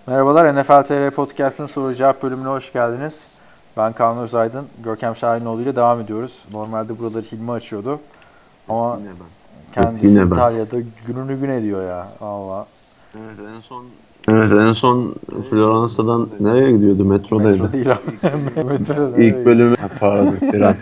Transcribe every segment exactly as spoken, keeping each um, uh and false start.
Merhabalar, N F L T R Podcast'ın soru cevap bölümüne hoş geldiniz. Ben Kaan Özaydın, Görkem Şahinoğlu ile devam ediyoruz. Normalde buraları Hilmi açıyordu ama Yine ben. kendisi Yine ben. İtalya'da gününü gün ediyor ya. Valla. Evet en son Evet en son Floransa'dan nereye gidiyordu? Metrodaydı. Metro değil abi. Metro İlk değil. bölümü Ha, pardon Fren.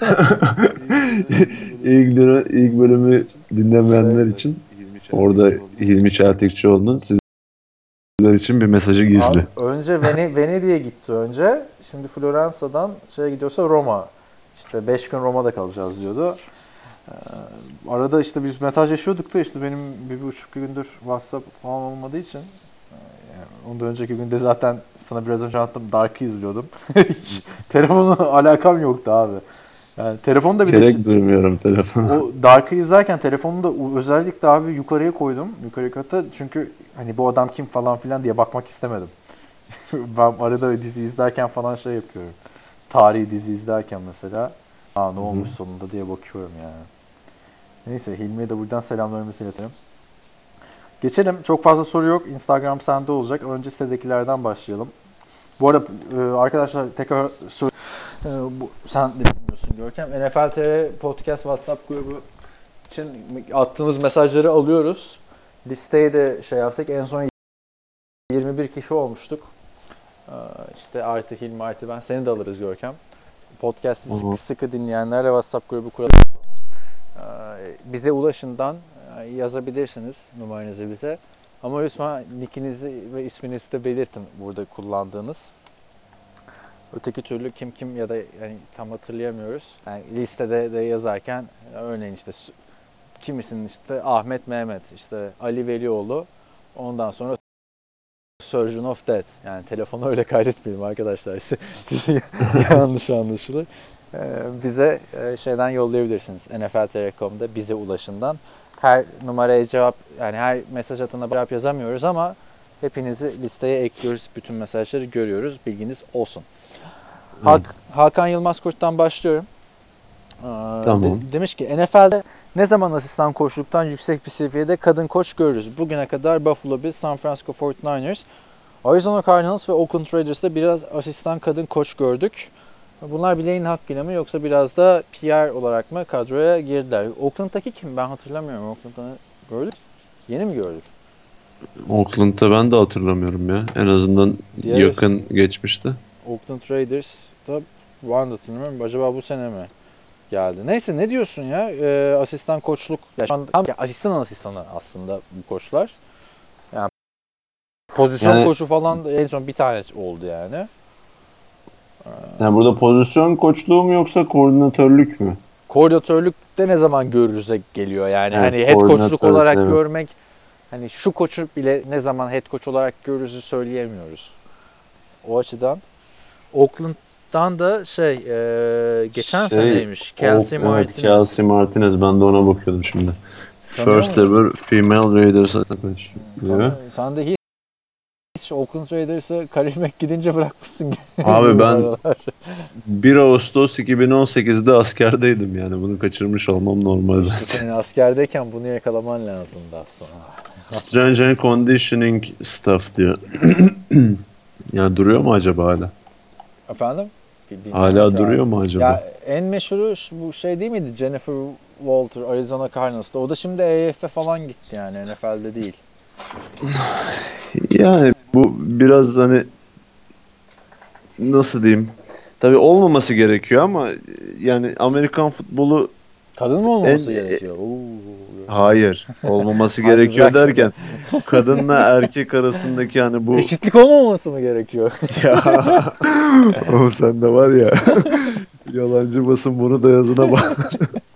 ilk, bölümü, ilk bölümü dinlemeyenler için orada Hilmi Çeltikçioğlu'nun sizler için bir mesajı gizli. Abi, önce Ven- Venedik'e gitti önce. Şimdi Floransa'dan şeye gidiyorsa Roma. İşte beş gün Roma'da kalacağız diyordu. Ee, arada işte biz mesajlaşıyorduk da işte benim bir buçuk gündür WhatsApp falan olmadığı için yani ondan önceki günde zaten sana biraz önce anlattım Dark'ı izliyordum. Hiç telefonla alakam yoktu abi. Yani telefonda bir Gerek de duymuyorum telefonu. o Dark'ı izlerken telefonu da özellikle abi yukarıya koydum. Yukarı kata çünkü hani bu adam kim falan filan diye bakmak istemedim. Ben arada dizi izlerken falan şey yapıyorum. Tarihi dizi izlerken mesela aa ne olmuş sonunda diye bakıyorum yani. Neyse Hilmi'ye de buradan selamlarımızı iletelim. Geçelim. Çok fazla soru yok. Instagram sende olacak. Önce sitedekilerden başlayalım. Bu arada e, arkadaşlar tekrar söyle. E, bu, sen de bilmiyorsun Görkem. N F L T R Podcast WhatsApp grubu için attığınız mesajları alıyoruz. Listeyi de şey yaptık. En son yirmi bir kişi olmuştuk. E, işte artı Hilmi artı ben. Seni de alırız Görkem. Podcast'ı sıkı sıkı dinleyenlerle WhatsApp grubu kuralım. Bize ulaşından yazabilirsiniz numaranızı bize. Ama lütfen nickinizi ve isminizi de belirtin burada kullandığınız. Öteki türlü kim kim ya da yani tam hatırlayamıyoruz. Yani listede de yazarken örneğin işte kimisinin işte Ahmet Mehmet, işte Ali Velioğlu, ondan sonra Surgeon of Death. Yani telefonu öyle kaydetmeyelim arkadaşlar. Size yanlış anlaşılır. Bize şeyden yollayabilirsiniz. N F L T R nokta com'da bize ulaşından. Her numaraya cevap, yani her mesaj atana cevap yazamıyoruz ama hepinizi listeye ekliyoruz. Bütün mesajları görüyoruz. Bilginiz olsun. Evet. Hakan Yılmaz Koç'tan başlıyorum. Tamam. De, demiş ki N F L'de ne zaman asistan koçluktan yüksek bir seviyede kadın koç görürüz? Bugüne kadar Buffalo Bills, San Francisco kırk dokuzers, Arizona Cardinals ve Oakland Raiders'ta biraz asistan kadın koç gördük. Bunlar bileğin hakkıyla mı yoksa biraz da P R olarak mı kadroya girdiler? Oakland'daki kim? Ben hatırlamıyorum. Oakland'da gördük. Yeni mi gördük? Oakland'da ben de hatırlamıyorum ya. En azından Diğer yakın geçmişti. Oakland Raiders'da bu anda hatırlamıyorum. Acaba bu sene mi geldi? Neyse ne diyorsun ya? Ee, asistan koçluk. Ya şu anda ya, asistan asistanı aslında bu koçlar. Yani pozisyon yani, koçu falan en son bir tane oldu yani. Yani burada pozisyon koçluğu mu yoksa koordinatörlük mü? Koordinatörlükte ne zaman görürüze geliyor yani. Evet, hani head koçluk olarak evet. görmek, hani şu koçu bile ne zaman head koç olarak görürüzü söyleyemiyoruz. O açıdan Oakland'dan da şey e, geçen şey, seneymiş. Kelsey o, Martinez. Evet, Kelsey Martinez. Ben de ona bakıyordum şimdi. Tanıyor First musun? Ever Female Raiders coach. Sen de hiç Oakland Raiders'a Khalil Mack gidince bırakmışsın. Abi ben bir Ağustos iki bin on sekizde askerdeydim yani. Bunu kaçırmış olmam normal. İşte senin askerdeyken bunu yakalaman lazımdı aslında. Strange and Conditioning Stuff diyor. Ya duruyor mu acaba hala? Efendim? Bilmiyorum hala ya. Duruyor mu acaba? Ya en meşhuru bu şey değil miydi? Jennifer Walter, Arizona Cardinals'ta. O da şimdi A F F falan gitti yani. N F L'de değil. Yani bu biraz hani nasıl diyeyim? Tabii olmaması gerekiyor ama yani Amerikan futbolu kadın mı olmaması en, gerekiyor? Oo. Hayır, olmaması gerekiyor derken kadınla erkek arasındaki hani bu eşitlik olmaması mı gerekiyor? Ya o sende var ya. Yalancı basın bunu da yazına bak.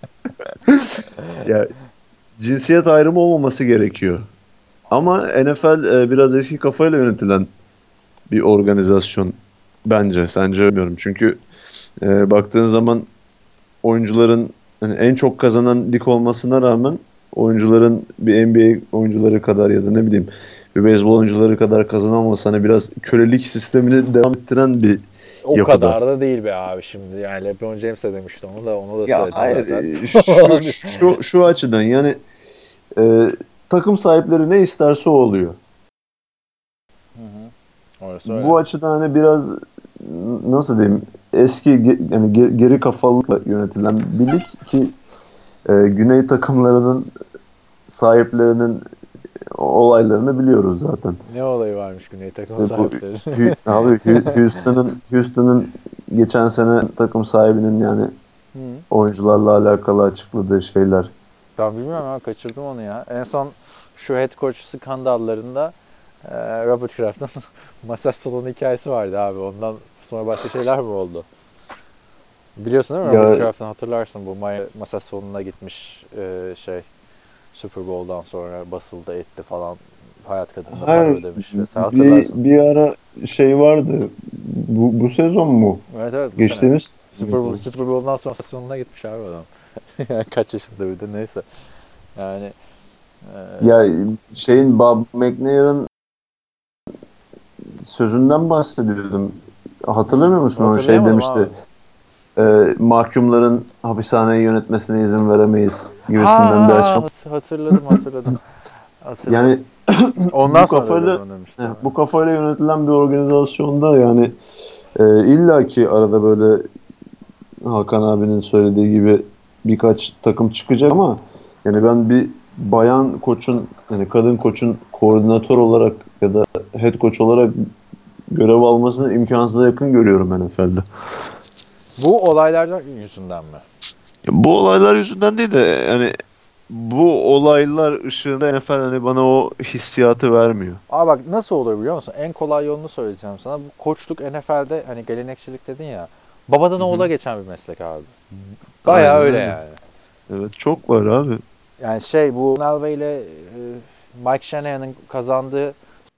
Ya cinsiyet ayrımı olmaması gerekiyor. Ama N F L e, biraz eski kafayla yönetilen bir organizasyon bence. Sence bilmiyorum. Çünkü e, baktığın zaman oyuncuların hani en çok kazanan lig olmasına rağmen oyuncuların bir N B A oyuncuları kadar ya da ne bileyim bir beyzbol oyuncuları kadar kazanamaması hani biraz kölelik sistemini devam ettiren bir o yapıda. kadar da değil be abi şimdi. Yani LeBron James de demişti onu da onu da ya söyledim hayır, zaten. şu, şu, şu açıdan yani e, takım sahipleri ne isterse o oluyor. Hı hı. Orası öyle. Bu açıdan hani biraz nasıl diyeyim eski ge- yani ge- geri kafalıkla yönetilen bir lig ki e, güney takımlarının sahiplerinin olaylarını biliyoruz zaten. Ne olayı varmış Güney takım İşte bu sahipleri? Hü- abi Hü- Houston'ın Houston'ın geçen sene takım sahibinin yani Hı. oyuncularla alakalı açıkladığı şeyler. Ben bilmiyorum ama kaçırdım onu ya. En son şu head coach skandallarında e, Robert Kraft'ın masaj salonu hikayesi vardı abi. Ondan sonra başka şeyler mi oldu? Biliyorsun değil mi? Ya- Robert Kraft'ın hatırlarsın bu ma- masaj salonuna gitmiş e, şey Super Bowl'dan sonra basıldı etti falan. Hayat kadınına para Hayır, ödemiş vesaire bir, hatırlarsın. bir ara şey vardı. Bu, bu sezon mu? Evet evet bu sene. Geçtiğimiz Super, Bowl, Super Bowl'dan sonra masaj salonuna gitmiş abi adam. Yani kaç yaşında bir de neyse. Yani e, ya şeyin Bob McNair'ın sözünden bahsediyordum. Hatırlamıyor musun onu? Şey hatırlayamadım demişti. abi. E, mahkumların hapishaneyi yönetmesine izin veremeyiz gibisinden bir Ha, açıklama. hatırladım hatırladım. Hatırladım. Yani Ondan bu sonra öyle kafayla dönmüştü. heh, bu kafayla yönetilen bir organizasyonda yani e, illaki arada böyle Hakan abinin söylediği gibi birkaç takım çıkacak ama yani ben bir bayan koçun yani kadın koçun koordinatör olarak ya da head coach olarak görev almasını imkansıza yakın görüyorum N F L'de. Bu olaylardan yüzünden mi? Bu olaylar yüzünden değil de yani bu olaylar ışığında N F L hani bana o hissiyatı vermiyor. Abi bak nasıl olur biliyor musun? En kolay yolunu söyleyeceğim sana. Bu koçluk N F L'de hani gelenekçilik dedin ya. Babadan oğula geçen bir meslek abi. Bayağı Aynen öyle öyle. yani. Evet çok var abi. Yani şey bu Elway ile e, Mike Shanahan'ın kazandığı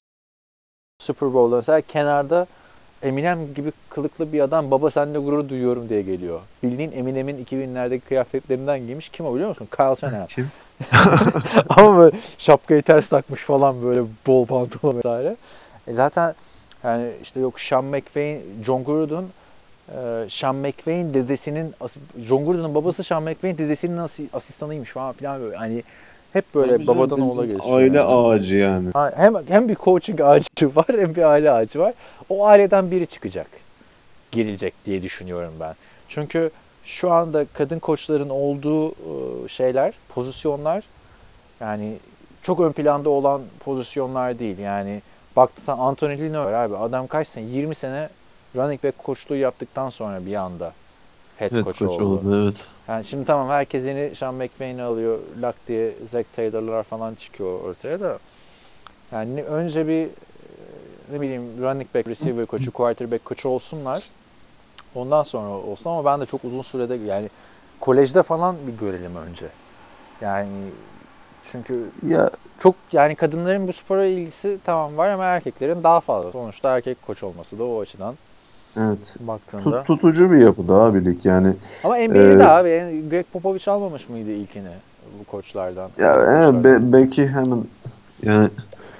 Super Bowl'da mesela kenarda Eminem gibi kılıklı bir adam baba seninle gurur duyuyorum diye geliyor. Bildiğin Eminem'in iki binlerdeki kıyafetlerinden giymiş. Kim o biliyor musun? Kyle Shanahan. Kim? Ama böyle şapkayı ters takmış falan böyle bol pantolon vesaire. E zaten yani işte yok Sean McVay, John Gruden, e, Sean McVay'in dedesinin, John Gruden'ın babası Sean McVay'in dedesinin as- asistanıymış falan filan böyle. Hani hep böyle Tabii canım, babadan oğula bildiğin geçiyor aile yani. ağacı yani. Ha, Hem hem bir coaching ağacı var hem bir aile ağacı var. O aileden biri çıkacak. Girilecek diye düşünüyorum ben. Çünkü şu anda kadın koçların olduğu e, şeyler, pozisyonlar yani çok ön planda olan pozisyonlar değil. Yani baktıysan Anthony Lino var abi. Adam kaç sene? yirmi sene running back koçluğu yaptıktan sonra bir anda head Evet coach koç oldu. oldu evet. Yani şimdi tamam herkes yeni Sean McVay'ini alıyor. Lak diye Zach Taylor'lar falan çıkıyor ortaya da. Yani önce bir e, ne bileyim running back, receiver koçu, quarterback koçu olsunlar. Ondan sonra olsun ama ben de çok uzun sürede yani kolejde falan bir görelim önce. Yani çünkü Ya çok yani kadınların bu spora ilgisi tamam var ama erkeklerin daha fazla. Sonuçta erkek koç olması da o açıdan evet. baktığında. Tut, tutucu bir yapı daha birlik yani. Ama N B A'de Ee, abi yani Greg Popovich almamış mıydı ilkini bu koçlardan? ya kadın evet, koçlardan? be, belki hemen yani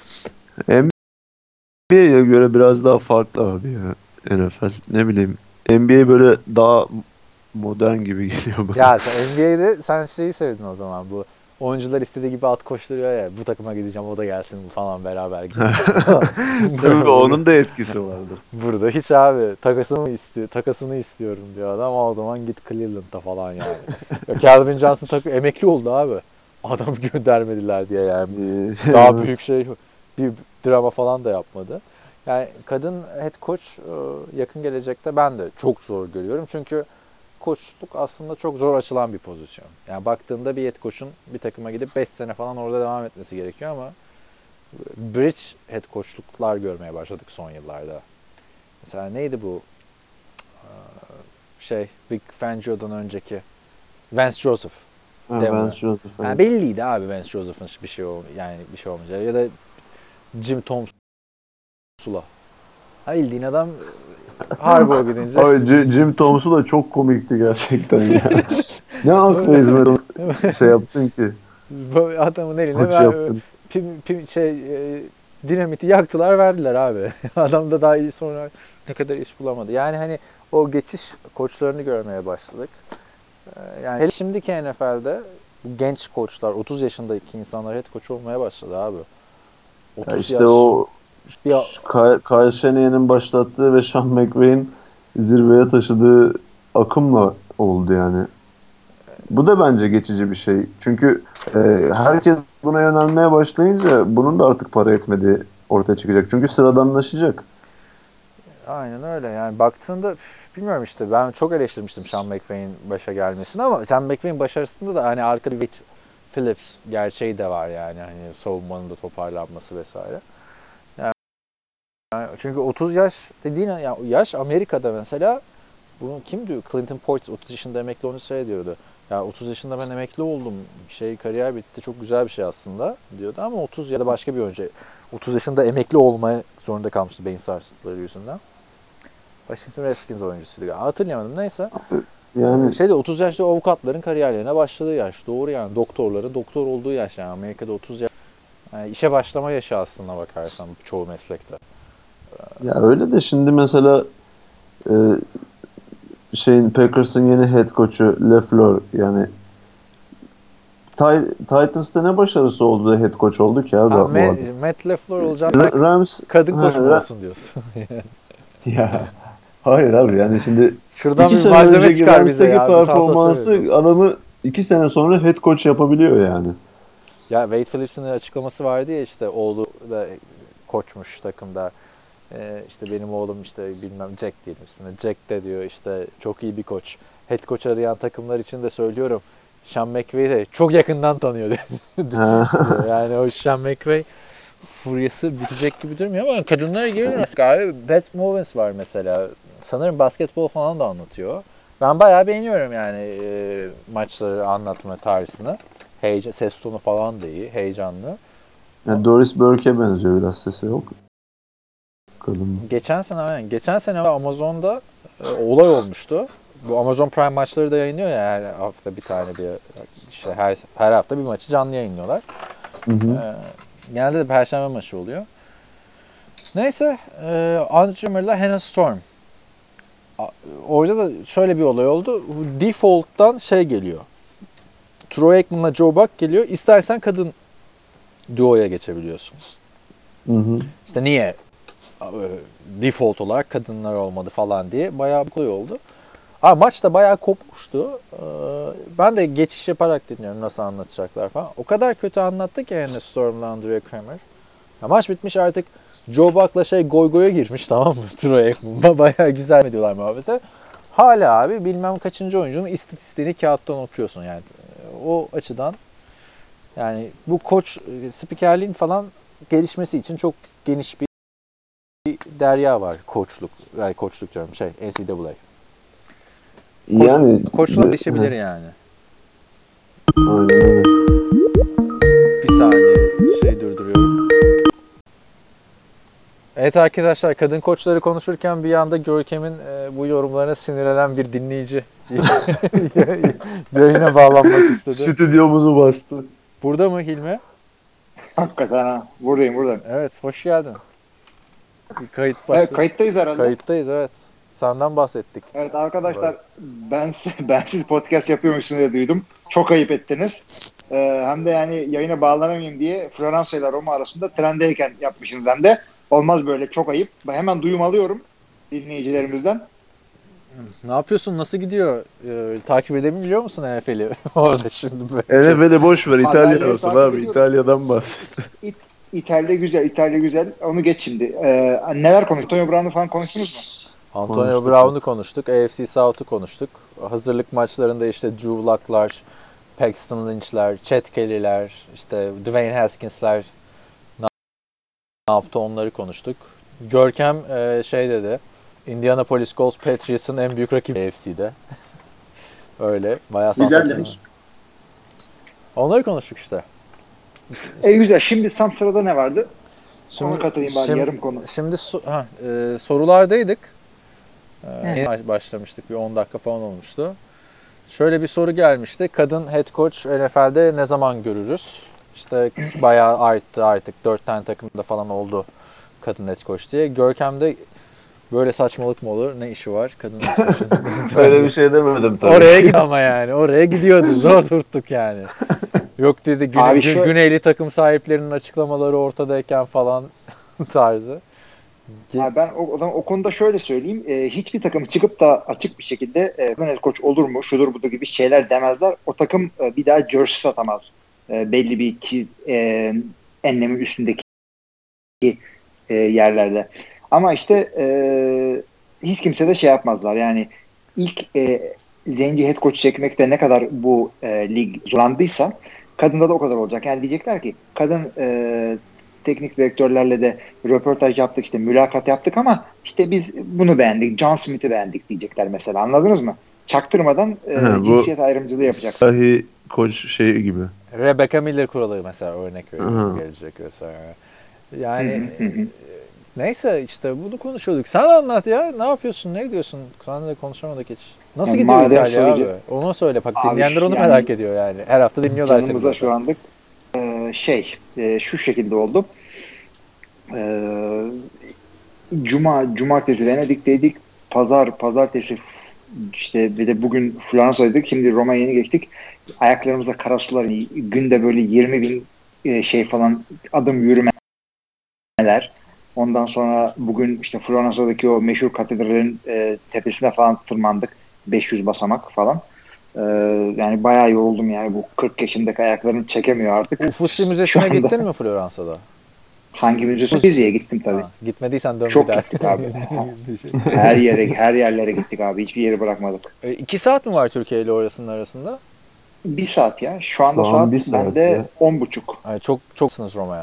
N B A'ye göre biraz daha farklı abi ya N F L. Ne bileyim N B A böyle daha modern gibi geliyor bana. Ya sen N B A'de sen şeyi sevdin o zaman bu oyuncular istediği gibi at koşturuyor ya bu takıma gideceğim o da gelsin falan beraber gidelim. Tabii onun da etkisi vardır. Burada hiç abi takasını istiyor, takasını istiyorum diyor adam. O zaman git Cleveland'a falan yani. Ya Calvin Johnson takı emekli oldu abi. Adam göndermediler diye yani. Ee, Daha evet. büyük şey bir drama falan da yapmadı. Yani kadın head coach e, yakın gelecekte ben de çok zor görüyorum. Çünkü koçluk aslında çok zor açılan bir pozisyon. Yani baktığında bir head coach'un bir takıma gidip beş sene falan orada devam etmesi gerekiyor ama bridge head coachluklar görmeye başladık son yıllarda. Mesela neydi bu şey Vic Fangio'dan önceki Vance Joseph. Ha, Değil mi? Vance Joseph. Yani Evet. belliydi abi Vance Joseph'ın bir şey ol, yani bir şey olmayacağı ya da Jim Tomsula. Ha bildiğin adam Harbaugh gidince Abi Jim, Jim Toms'u da çok komikti gerçekten ya. Ne akla hizmet onu şey yaptın ki? bu adamın eline Koç ver, yaptın. pim, pim, şey e, dinamiti yaktılar verdiler abi. Adam da daha iyi sonra ne kadar iş bulamadı. Yani hani o geçiş koçlarını görmeye başladık. Ee, Yani hele şimdiki N F L'de bu genç koçlar otuz yaşındaki insanlar head coach olmaya başladı abi. Ya otuz işte yaş. o Ya, Kyle, Kyle Shanahan'ın başlattığı ve Sean McVay'in zirveye taşıdığı akımla oldu yani. Bu da bence geçici bir şey. Çünkü e, herkes buna yönelmeye başlayınca bunun da artık para etmediği ortaya çıkacak. Çünkü sıradanlaşacak. aynen öyle. Yani baktığında bilmiyorum işte ben çok eleştirmiştim Sean McVay'in başa gelmesini ama Sean McVay'in başarısında da hani arkada bir Wade Phillips gerçeği de var yani hani savunmanın da toparlanması vesaire. Yani, çünkü otuz yaş dediğin ya yaş Amerika'da mesela bunu kim diyor? Clinton Portis otuz yaşında emekli onu şey diyordu. Ya otuz yaşında ben emekli oldum. Şey kariyer bitti. Çok güzel bir şey aslında diyordu ama otuz ya da başka bir önce otuz yaşında emekli olmaya zorunda kalmıştı beyin sarsıntıları yüzünden. Washington Redskins oyuncusuydu. Hatırlayamadım neyse. Yani Şeyde otuz yaşta avukatların kariyerlerine başladığı yaş. Doğru yani. Doktorların doktor olduğu yaş yani. Amerika'da otuz yaş. Yani işe başlama yaşı aslında bakarsan çoğu meslekte. ya öyle de şimdi mesela e, şeyin Packers'ın yeni head coach'u LaFleur yani Ti- Titans'ta ne başarısı oldu da head coach oldu ki abi Ha, bu Matt, adam. Matt LaFleur olacağını Ra- Rams kadın ha, koç mu Ra- olsun diyorsun. ya hayır abi yani şimdi Şuradan iki bir sene malzeme önceki çıkar bize Rams'teki ya. Bir sansasyon performansı yapalım. adamı iki sene sonra head coach yapabiliyor yani. Ya Wade Phillips'in açıklaması vardı ya işte oğlu da koçmuş takımda. Ee, işte benim oğlum işte bilmem Jack diyelim ismine. Jack de diyor işte çok iyi bir koç. Head coach arayan takımlar için de söylüyorum. Sean McVay'i de çok yakından tanıyor diyor. Yani o Sean McVay furyası bitecek gibi durmuyor ama kadınlara geliyoruz abi. Beth Mowins var mesela. Sanırım basketbol falan da anlatıyor. Ben bayağı beğeniyorum yani e, maçları anlatma tarzını. Heyecan, ses tonu falan da iyi, heyecanlı. Yani Doris Burke'e benziyor biraz sesi yok. Kadın. Geçen sene aynen. Geçen sene Amazon'da e, olay olmuştu. Bu Amazon Prime maçları da yayınlıyor ya her hafta bir tane bir işte her her hafta bir maçı canlı yayınlıyorlar. Hı hı. E, genelde de Perşembe maçı oluyor. Neyse, e, Andre Cimmer'la Hannah Storm. A- Orada da şöyle bir olay oldu. Default'tan şey geliyor. Troy Aikman'la Joe Buck geliyor. İstersen kadın duoya geçebiliyorsun. Hı hı. İşte niye e, default olarak kadınlar olmadı falan diye bayağı bir olay oldu. Ama maç da bayağı kopmuştu. Ee, ben de geçiş yaparak dinliyorum nasıl anlatacaklar falan. O kadar kötü anlattı ki Hannah Storm'la Andrea Kramer. Ya maç bitmiş artık Joe Buck'la şey goy goya girmiş tamam mı? Troy Aikman. Bayağı güzel mi diyorlar muhabbete. Hala abi bilmem kaçıncı oyuncunun istatistiğini kağıttan okuyorsun yani. O açıdan yani bu koç spikerliğin falan gelişmesi için çok geniş bir derya var koçluk. Yani koçluk diyorum şey N C A A. Yani Koçla değişebilir yani. aynen öyle. Bir saniye şey durduruyorum. Evet arkadaşlar kadın koçları konuşurken bir anda Görkem'in e, bu yorumlarına sinirlenen bir dinleyici yayına bağlanmak istedi. Stüdyomuzu bastı. Burada mı Hilmi? Hakikaten ha. Buradayım buradayım. Evet hoş geldin. Bir kayıt Evet, başladı. kayıttayız herhalde. Kayıttayız evet. Senden bahsettik. Evet arkadaşlar ben ben siz podcast yapıyormuşsunuz diye duydum. Çok ayıp ettiniz. Ee, hem de yani yayına bağlanamayayım diye Floransa ile Roma arasında trendeyken yapmışsınız hem de. Olmaz böyle çok ayıp. Ben hemen duyum alıyorum dinleyicilerimizden. Ne yapıyorsun? Nasıl gidiyor? Ee, takip edebiliyor musun N F L'i? Orada şimdi böyle. N F L'i boş ver. İtalya Madalyayı arasın takip abi. ediyorum. İtalya'dan bahset. İ- İtalya güzel, İtalya güzel. Onu geç şimdi. Ee, neler konuştuk? Antonio Brown'u falan konuştunuz mu? Antonio Konuştuk. Brown'u konuştuk. A F C South'u konuştuk. Hazırlık maçlarında işte Drew Luck'lar, Paxton Lynch'ler, Chet Kelly'ler, işte Dwayne Haskins'ler ne yaptı onları konuştuk. Görkem e, şey dedi. Indianapolis Colts Patriots'ın en büyük rakibi A F C'de. Öyle. Bayağı Güzel sansasyonel. demiş. Onları konuştuk işte. E güzel. Şimdi tam sırada ne vardı? Şimdi, Ona katılayım bari, şimdi, yarım konu. Şimdi so- ha, e, sorulardaydık. E, yeni başlamıştık. Bir on dakika falan olmuştu. Şöyle bir soru gelmişti. Kadın head coach N F L'de ne zaman görürüz? İşte bayağı arttı artık. Dört tane takımda falan oldu kadın head coach diye. Görkem'de böyle saçmalık mı olur? Ne işi var kadın head coach'un? Öyle bir şey demedim tabii. Oraya gidiyor ama yani. Oraya gidiyordu. Zor tuttuk yani. Yok dedi Güne- Abi Gü- şu- Güneyli takım sahiplerinin açıklamaları ortadayken falan tarzı. Ha, ben o, o zaman o konuda şöyle söyleyeyim. E, hiçbir takım çıkıp da açık bir şekilde e, head coach olur mu, şudur budur gibi şeyler demezler. O takım e, bir daha jersey satamaz. E, belli bir çiz, e, enlemin üstündeki e, yerlerde. Ama işte e, hiç kimse de şey yapmazlar. Yani ilk e, zenci head coach çekmekte ne kadar bu e, lig zorlandıysa kadında da o kadar olacak. Yani diyecekler ki kadın e, teknik direktörlerle de röportaj yaptık, işte mülakat yaptık ama işte biz bunu beğendik, John Smith'i beğendik diyecekler mesela. Anladınız mı? Çaktırmadan e, Ha, bu cinsiyet ayrımcılığı yapacak. sahi koç şey gibi. Rebecca Miller kuralı mesela örnek veriyorum Aha. gelecek vesaire. Yani Hı hı hı. neyse işte bunu konuşuyorduk. Sen anlat ya. Ne yapıyorsun? Ne diyorsun? Sen de konuşamadık hiç. Nasıl Yani gidiyor madem İtalya abi? söyleyecek- Onu söyle. Bak Abi dinleyenler onu yani merak ediyor yani. Her hafta dinliyorlar seni Canımıza zaten. şu anlık e, şey e, şu şekilde oldu. E, Cuma, cumartesi Venedik'teydik. Pazar, pazartesi işte bir de bugün Floransa'daydık. Şimdi Roma'ya yeni geçtik. Ayaklarımızda kara sular. Günde böyle yirmi bin e, şey falan adım yürümeler. Ondan sonra bugün işte Floransa'daki o meşhur katedralin e, tepesine falan tırmandık. beş yüz basamak falan. E, yani bayağı yoruldum yani. Bu kırk yaşındaki ayaklarım çekemiyor artık. Uffizi Şu Müzesi'ne anda gittin mi Floransa'da? hangi müzesi? Uffizi. Fiziğe gittim tabii. Ha, gitmediysen dön bir Çok daha. gittik abi. Her yere her yerlere gittik abi. Hiçbir yeri bırakmadık. E, iki saat mi var Türkiye ile orasının arasında? Bir saat ya. Şu anda Şu an saat bir saat bende ya. on buçuk. Yani çok çoksınız Roma'ya.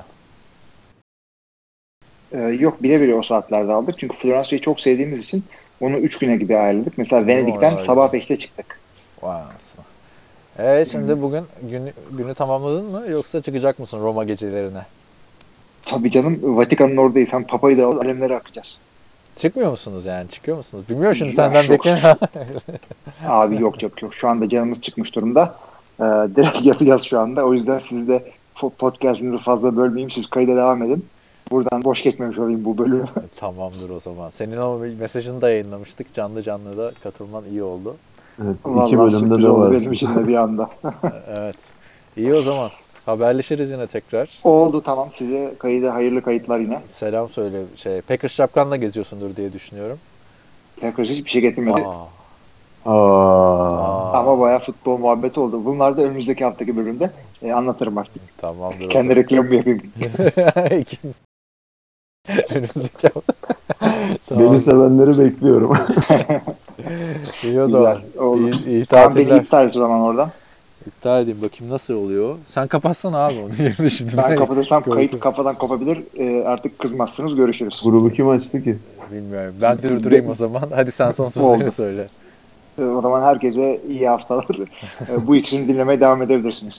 Ee, yok bile bile o saatlerde aldık. Çünkü Floransa'yı çok sevdiğimiz için onu üç güne gibi ayarladık. Mesela Venedik'ten Doğru, sabah öyle. beşte çıktık. Vay anasını. Evet şimdi bugün günü, günü tamamladın mı yoksa çıkacak mısın Roma gecelerine? Tabii canım Vatikan'ın oradayız. Hem Papa'yı da alıp alemlere akacağız. Çıkmıyor musunuz yani? Çıkıyor musunuz? Bilmiyorum şimdi Ya, senden şok. bekliyorum. Abi yok yok yok. Şu anda canımız çıkmış durumda. Ee, direkt yatacağız şu anda. O yüzden siz de po- podcast'ınızı fazla bölmeyeyim. Siz kayda devam edin. Buradan boş geçmemiş olayım bu bölümü. Tamamdır o zaman. Senin o mesajını da yayınlamıştık. Canlı canlı da katılman iyi oldu. Evet, iki Vallahi bölümde sürpriz de oldu varsın. benim için de bir anda. Evet. İyi o zaman. Haberleşiriz yine tekrar. Oldu tamam. Size kayıda hayırlı kayıtlar yine. Selam söyle. Şey, Packers şapkanla geziyorsundur diye düşünüyorum. Packers hiçbir şey getirmedi. Aa. Aa. Aa. Ama bayağı futbol muhabbeti oldu. Bunlar da önümüzdeki haftaki bölümde e, anlatırım artık. Tamamdır o Kendi zaman. reklamımı yapayım. Önümüzdeki hafta. Beni Tamam. sevenleri bekliyorum. İyi o zaman. Güzel, oldu. İyi, iyi Tamam beni tatiller. iptal et o zaman oradan. İptal edeyim bakayım nasıl oluyor. Sen kapatsana abi onu yerine şimdi. Ben kapatırsam Korkuyorum. kayıt kafadan kopabilir. E, artık kızmazsınız. Görüşürüz. Grubu kim açtı ki? Bilmiyorum. Ben durdurayım o zaman. Hadi sen son sözlerini Oldu. söyle. E, o zaman herkese iyi haftalar. E, bu ikisini dinlemeye devam edebilirsiniz.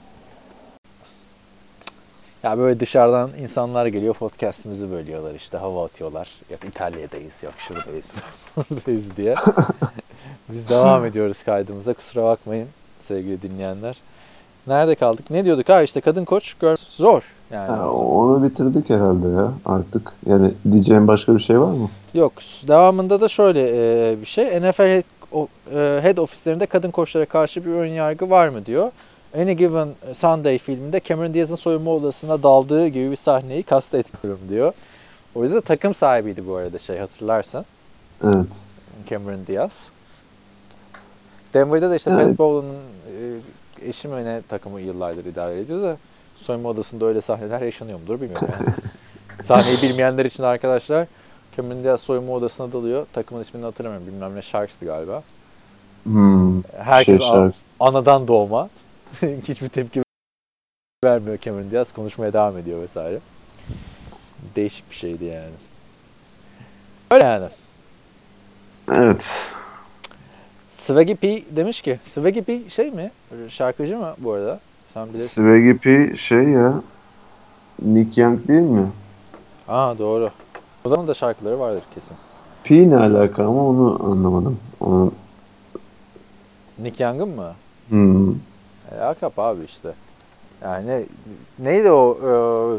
Ya böyle dışarıdan insanlar geliyor podcast'imizi bölüyorlar işte hava atıyorlar. Yok İtalya'dayız, yok şuradayız, buradayız diye. Biz devam ediyoruz kaydımıza. Kusura bakmayın sevgili dinleyenler. Nerede kaldık? Ne diyorduk? Ha işte kadın koç gör zor. Yani Ha, onu bitirdik herhalde ya artık. Yani diyeceğim başka bir şey var mı? yok. Devamında da şöyle e, bir şey. N F L head, o, e, head ofislerinde kadın koçlara karşı bir ön yargı var mı diyor. Any Given Sunday filminde Cameron Diaz'ın soyunma odasına daldığı gibi bir sahneyi kastetmiyorum diyor. O yüzden de takım sahibiydi bu arada şey hatırlarsın. Evet. Cameron Diaz. Denver'da da işte Evet. Pat Bowlen'ın e, eşi mi ne takımı yıllardır idare ediyor da soyunma odasında öyle sahneler yaşanıyor mudur bilmiyorum yani. Sahneyi bilmeyenler için arkadaşlar Cameron Diaz soyunma odasına dalıyor. Takımın ismini hatırlamıyorum. Bilmem ne Sharks'tı galiba. Hmm. Herkes Şey, an- Sharks. anadan doğma. Hiçbir tepki vermiyor Cameron Diaz. Konuşmaya devam ediyor vesaire. Değişik bir şeydi yani. Öyle yani. Evet. Swaggy P demiş ki, Swaggy P şey mi? Şarkıcı mı bu arada? Sen bilirsin. Swaggy P şey ya. Nick Young değil mi? Aa doğru. Adamın da şarkıları vardır kesin. P ne alaka ama onu anlamadım. Onu... Nick Young'ın mı? Hmm. E, Akap abi işte. Yani ne, neydi o? E,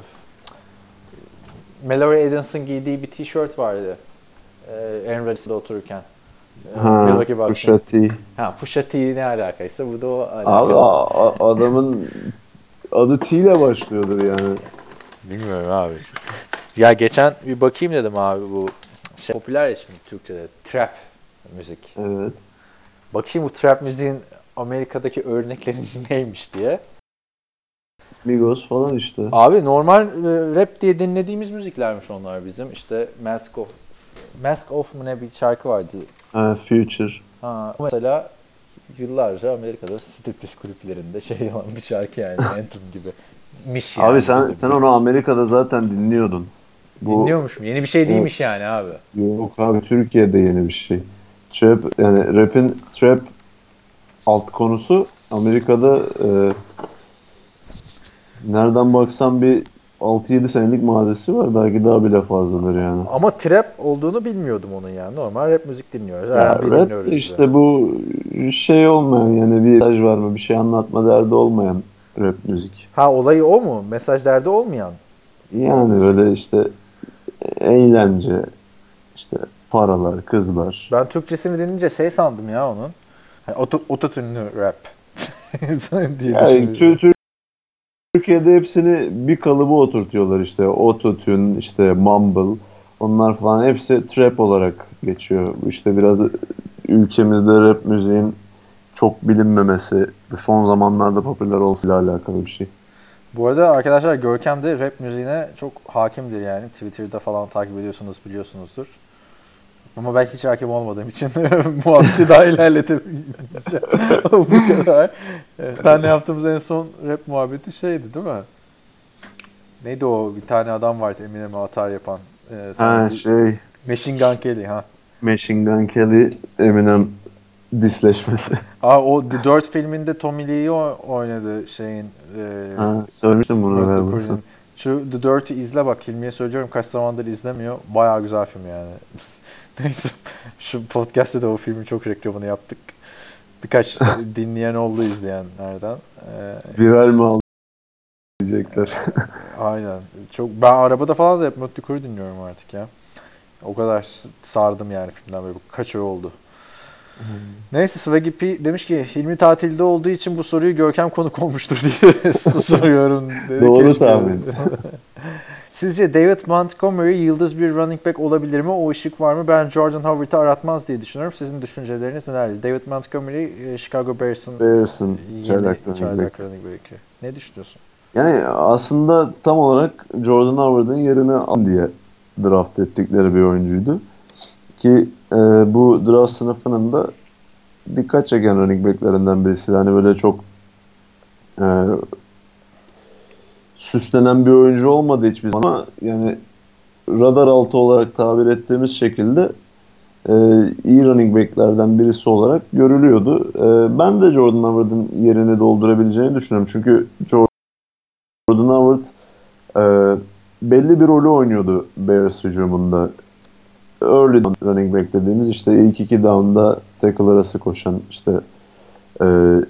Mallory Adams'ın giydiği bir tişört vardı. E, Enred'de otururken. E, Ha, Milwaukee Bucks'ın. Pusha T. Ha Pusha T ne alakaysa bu da o Abi alakalı. a- a- adamın adı T ile başlıyordur yani. Bilmiyorum abi. Ya geçen bir bakayım dedim abi bu şey popüler ya şimdi Türkçe'de trap müzik. Evet. Bakayım bu trap müziğin Amerika'daki örnekleri neymiş diye. Migos falan işte. Abi normal e, rap diye dinlediğimiz müziklermiş onlar bizim. İşte Mask Off. Mask Off mu ne bir şarkı vardı. Ha, Future. Ha, mesela yıllarca Amerika'da striptiz kulüplerinde şey olan bir şarkı yani Anthem gibi. Miş yani. Abi sen bizde sen bir- onu Amerika'da zaten dinliyordun. Bu Dinliyormuşum. Yeni bir şey değilmiş yani abi. yok abi, Türkiye'de yeni bir şey. Trap, yani rap'in trap alt konusu Amerika'da e, nereden baksan bir altı yedi senelik mazisi var. Belki daha bile fazladır yani. Ama trap olduğunu bilmiyordum onun yani. Normal rap müzik dinliyoruz. Ya R and B rap dinliyoruz de biz. işte bu şey olmayan, yani bir mesaj var mı, bir şey anlatma derdi olmayan rap müzik. Ha olayı o mu? Mesaj derdi olmayan. Yani böyle işte eğlence, işte paralar, kızlar. Ben Türkçesini dinleyince şey sandım ya onun. Hani oto, ototünlü rap. diye Yani düşünüyorum. Tür- Türkiye'de hepsini bir kalıba oturtuyorlar işte. Autotune, işte mumble, onlar falan hepsi trap olarak geçiyor. İşte biraz ülkemizde rap müziğin çok bilinmemesi ve son zamanlarda popüler olmasıyla alakalı bir şey. Bu arada arkadaşlar Görkem de rap müziğine çok hakimdir yani. Twitter'da falan takip ediyorsunuz biliyorsunuzdur. Ama belki hiç hakim olmadığım için muhabbeti daha ilerletemeyeceğim. Bu kadar. Evet, tane yaptığımız en son rap muhabbeti şeydi değil mi? Neydi o? Bir tane adam vardı Eminem'e atar yapan. Ee, sonra Ha bir- şey, Machine Gun Kelly ha. Machine Gun Kelly Eminem disleşmesi. Aa, o The Dirt filminde Tommy Lee'yi o- oynadı şeyin. E, Ha, söylemiştim bunu Mötley galiba. Crüe'nin. Şu The Dirt'ü izle bak. Hilmi'ye söylüyorum kaç zamandır izlemiyor. Bayağı güzel film yani. Neyse. Şu podcast'te de o filmin çok reklamını yaptık. Birkaç dinleyen oldu izleyenlerden. Ee, Viral mi aldı diyecekler. aynen. Çok, ben arabada falan da hep Mötley Crüe dinliyorum artık ya. O kadar sardım yani filmden böyle kaç ay oldu. Neyse Swaggy P demiş ki Hilmi tatilde olduğu için bu soruyu Görkem konuk olmuştur diye soruyorum. Dedi. Doğru Keşke- tahmin. Sizce David Montgomery yıldız bir running back olabilir mi? O ışık var mı? Ben Jordan Howard'ı aratmaz diye düşünüyorum. Sizin düşünceleriniz neler? David Montgomery, Chicago Bears'ın Bears'ın yeni çaylak running çaylak back. running back'i. Ne düşünüyorsun? Yani aslında tam olarak Jordan Howard'ın yerini al diye draft ettikleri bir oyuncuydu. Ki e, bu draft sınıfının da dikkat çeken running back'lerinden birisi. Yani böyle çok e, süslenen bir oyuncu olmadı hiçbir zaman ama yani radar altı olarak tabir ettiğimiz şekilde e, iyi running back'lerden birisi olarak görülüyordu. E, ben de Jordan Howard'ın yerini doldurabileceğini düşünüyorum. Çünkü Jordan Howard e, belli bir rolü oynuyordu Bears hücumunda. Early down running back dediğimiz işte ilk iki down'da tackle arası koşan, işte e,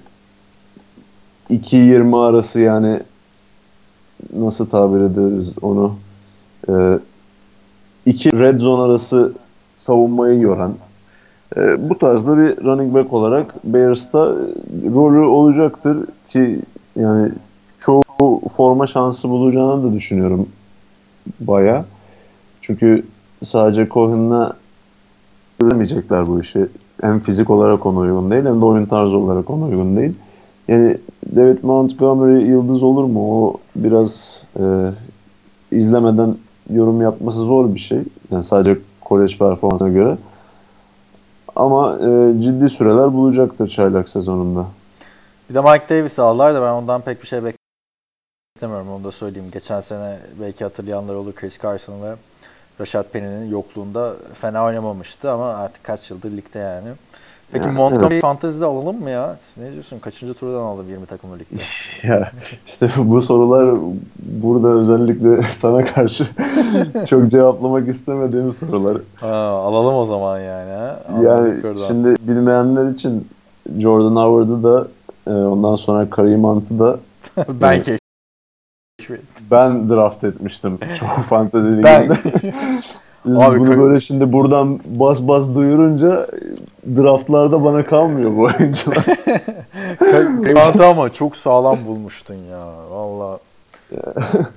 iki yirmi arası, yani nasıl tabir ederiz onu, e, iki red zone arası savunmayı yoran e, bu tarzda bir running back olarak Bears'ta e, rolü olacaktır ki yani çoğu forma şansı bulacağını da düşünüyorum baya. Çünkü sadece Cohen'la göremeyecekler bu işi. Hem fizik olarak ona uygun değil hem de oyun tarzı olarak ona uygun değil. Yani David Montgomery yıldız olur mu? O biraz e, izlemeden yorum yapması zor bir şey. Yani sadece kolej performansına göre. Ama e, ciddi süreler bulacaktır çaylak sezonunda. Bir de Mike Davis aldılar da ben ondan pek bir şey beklemiyorum. Onu da söyleyeyim. Geçen sene belki hatırlayanlar olur Chris Carson ve Rashad Penny'nin yokluğunda fena oynamamıştı ama artık kaç yıldır ligde yani. Peki Yani, Montgomery evet. fantezide alalım mı ya? Ne diyorsun? Kaçıncı turdan aldım yirmi takımlı ligde? Ya işte bu sorular burada özellikle sana karşı çok cevaplamak istemediğim sorular. Ha, alalım o zaman yani. Ha? Yani Anladık oradan. şimdi bilmeyenler için Jordan Howard'ı da e, ondan sonra Kareem Hunt'ı da ben Evet. keşfettim. ben draft etmiştim çok fantezi Ben liginde. Abi, Bunu Kare- böyle şimdi buradan bas bas duyurunca draftlarda bana kalmıyor bu oyuncular. Kayıntı ama çok sağlam bulmuştun ya. Valla.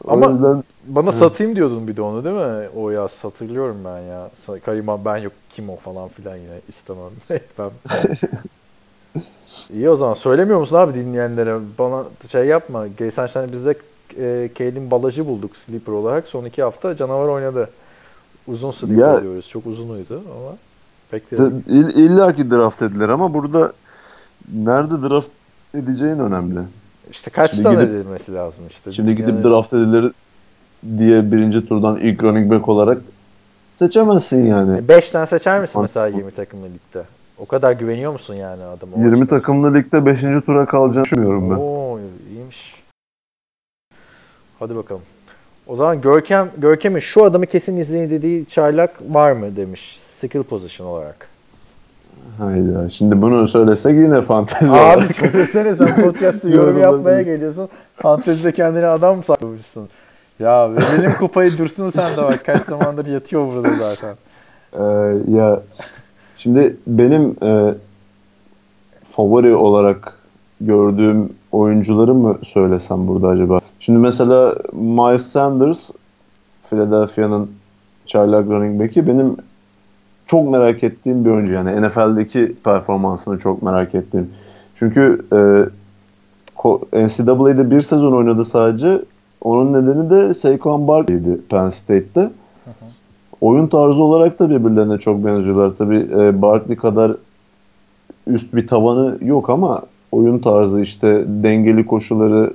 Ama o yüzden bana Hı. satayım diyordun bir de onu değil mi? O yaz hatırlıyorum ben ya. Sa- Karima ben yok kim o falan filan yine istemem. Ben... İyi o zaman söylemiyor musun abi dinleyenlere? Bana şey yapma. Geçen sene bizde e, Kaylin Balaj'ı bulduk sleeper olarak. Son iki hafta canavar oynadı. Uzun sleeper ya diyoruz. Çok uzunuydu ama de, bekledik. ill- illa ki draft edilir ama burada nerede draft edeceğin önemli. İşte kaç Şimdi tane gidip edilmesi lazım işte. şimdi gidip Dinleyenler. draft edilir diye birinci turdan ilk running back olarak seçemezsin yani. beş tane seçer misin mesela yirmi takımlı ligde? O kadar güveniyor musun yani adama? o yirmi açıdan? takımlı ligde beşinci tura kalacağını düşünüyorum ben. Oo iyiymiş. Hadi bakalım. O zaman Görkem Görkem'in şu adamı kesin izleyin dediği çaylak var mı demiş. Skill position olarak. Hayda. Şimdi bunu söylesek yine fantezi Abi olarak. söylesene sen podcast'ta yorum Yorumlar yapmaya değil. geliyorsun. Fantezide kendine adam mı saklamışsın? Ya verelim kupayı dursun sen de bak. Kaç zamandır yatıyor burada zaten. Ee, ya şimdi benim e, favori olarak gördüğüm oyuncuları mı söylesem burada acaba? Şimdi mesela Miles Sanders, Philadelphia'nın çaylak running back'i benim çok merak ettiğim bir oyuncu. Yani N F L'deki performansını çok merak ettiğim. Çünkü e, N C A A'de bir sezon oynadı sadece. Onun nedeni de Saquon Barkley'di Penn State'te. Hı hı. Oyun tarzı olarak da birbirlerine çok benziyorlar. Tabii e, Barkley kadar üst bir tavanı yok ama oyun tarzı işte dengeli koşuları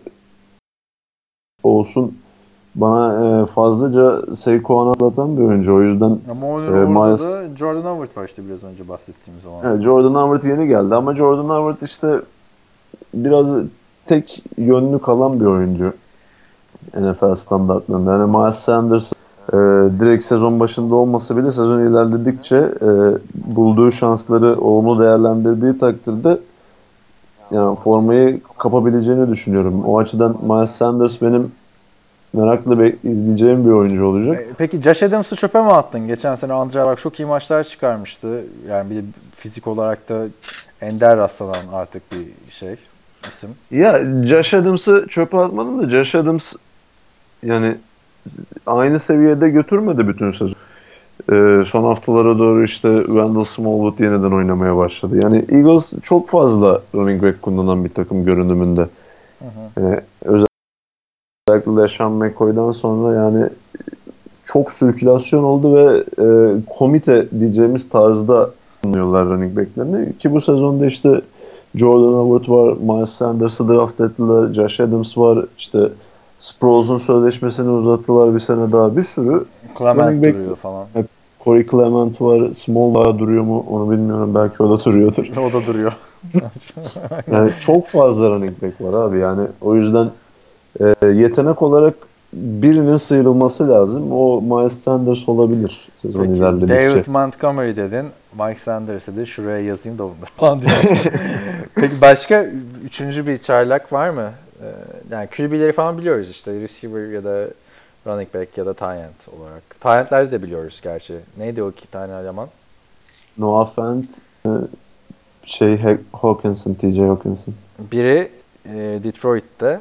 olsun bana e, fazlaca Saquon'u atlatan bir oyuncu. O yüzden ama onun e, orada Miles... da Jordan Howard var işte biraz önce bahsettiğim zaman. Evet, Jordan Howard yeni geldi ama Jordan Howard işte biraz tek yönlü kalan bir oyuncu N F L standartlarında. Yani Miles Sanders e, direkt sezon başında olmasa bile sezon ilerledikçe e, bulduğu şansları olumlu değerlendirdiği takdirde yani formayı kapabileceğini düşünüyorum. O açıdan Miles Sanders benim merakla be- izleyeceğim bir oyuncu olacak. Peki Josh Adams'ı çöpe mi attın? Geçen sene Andrea bak çok iyi maçlar çıkarmıştı. Yani bir de fizik olarak da ender rastlanan artık bir şey isim. Ya Josh Adams'ı çöpe atmadım da Josh Adams yani aynı seviyede götürmedi bütün sezon. Ee, son haftalara doğru işte Wendell Smallwood yeniden oynamaya başladı. Yani Eagles çok fazla running back kullanan bir takım görünümünde. Hı hı. Ee, özellikle LeSean McCoy'dan sonra yani çok sirkülasyon oldu ve e, komite diyeceğimiz tarzda kullanıyorlar running back'lerini. Ki bu sezonda işte Jordan Howard var, Miles Sanders'ı draft ettiler, Josh Adams var, işte Sprouls'un sözleşmesini uzattılar bir sene daha. Bir sürü Clement back, duruyor falan. Corey Clement var, Small daha duruyor mu onu bilmiyorum, belki o da duruyordur. O da duruyor. Yani çok fazla running back var abi, yani o yüzden e, yetenek olarak birinin sıyrılması lazım. O Miles Sanders olabilir sezon Peki, ilerledikçe. David Montgomery dedin. Mike Sanders'ı da şuraya yazayım da bunları. Peki başka üçüncü bir çaylak var mı? Ee, yani Q B'leri falan biliyoruz işte. Receiver ya da running back ya da tight end olarak. Tight end'leri de biliyoruz gerçi. Neydi o iki tane eleman? Noah Fant, e, şey Hawkinson, T J Hawkinson. Biri e, Detroit'te,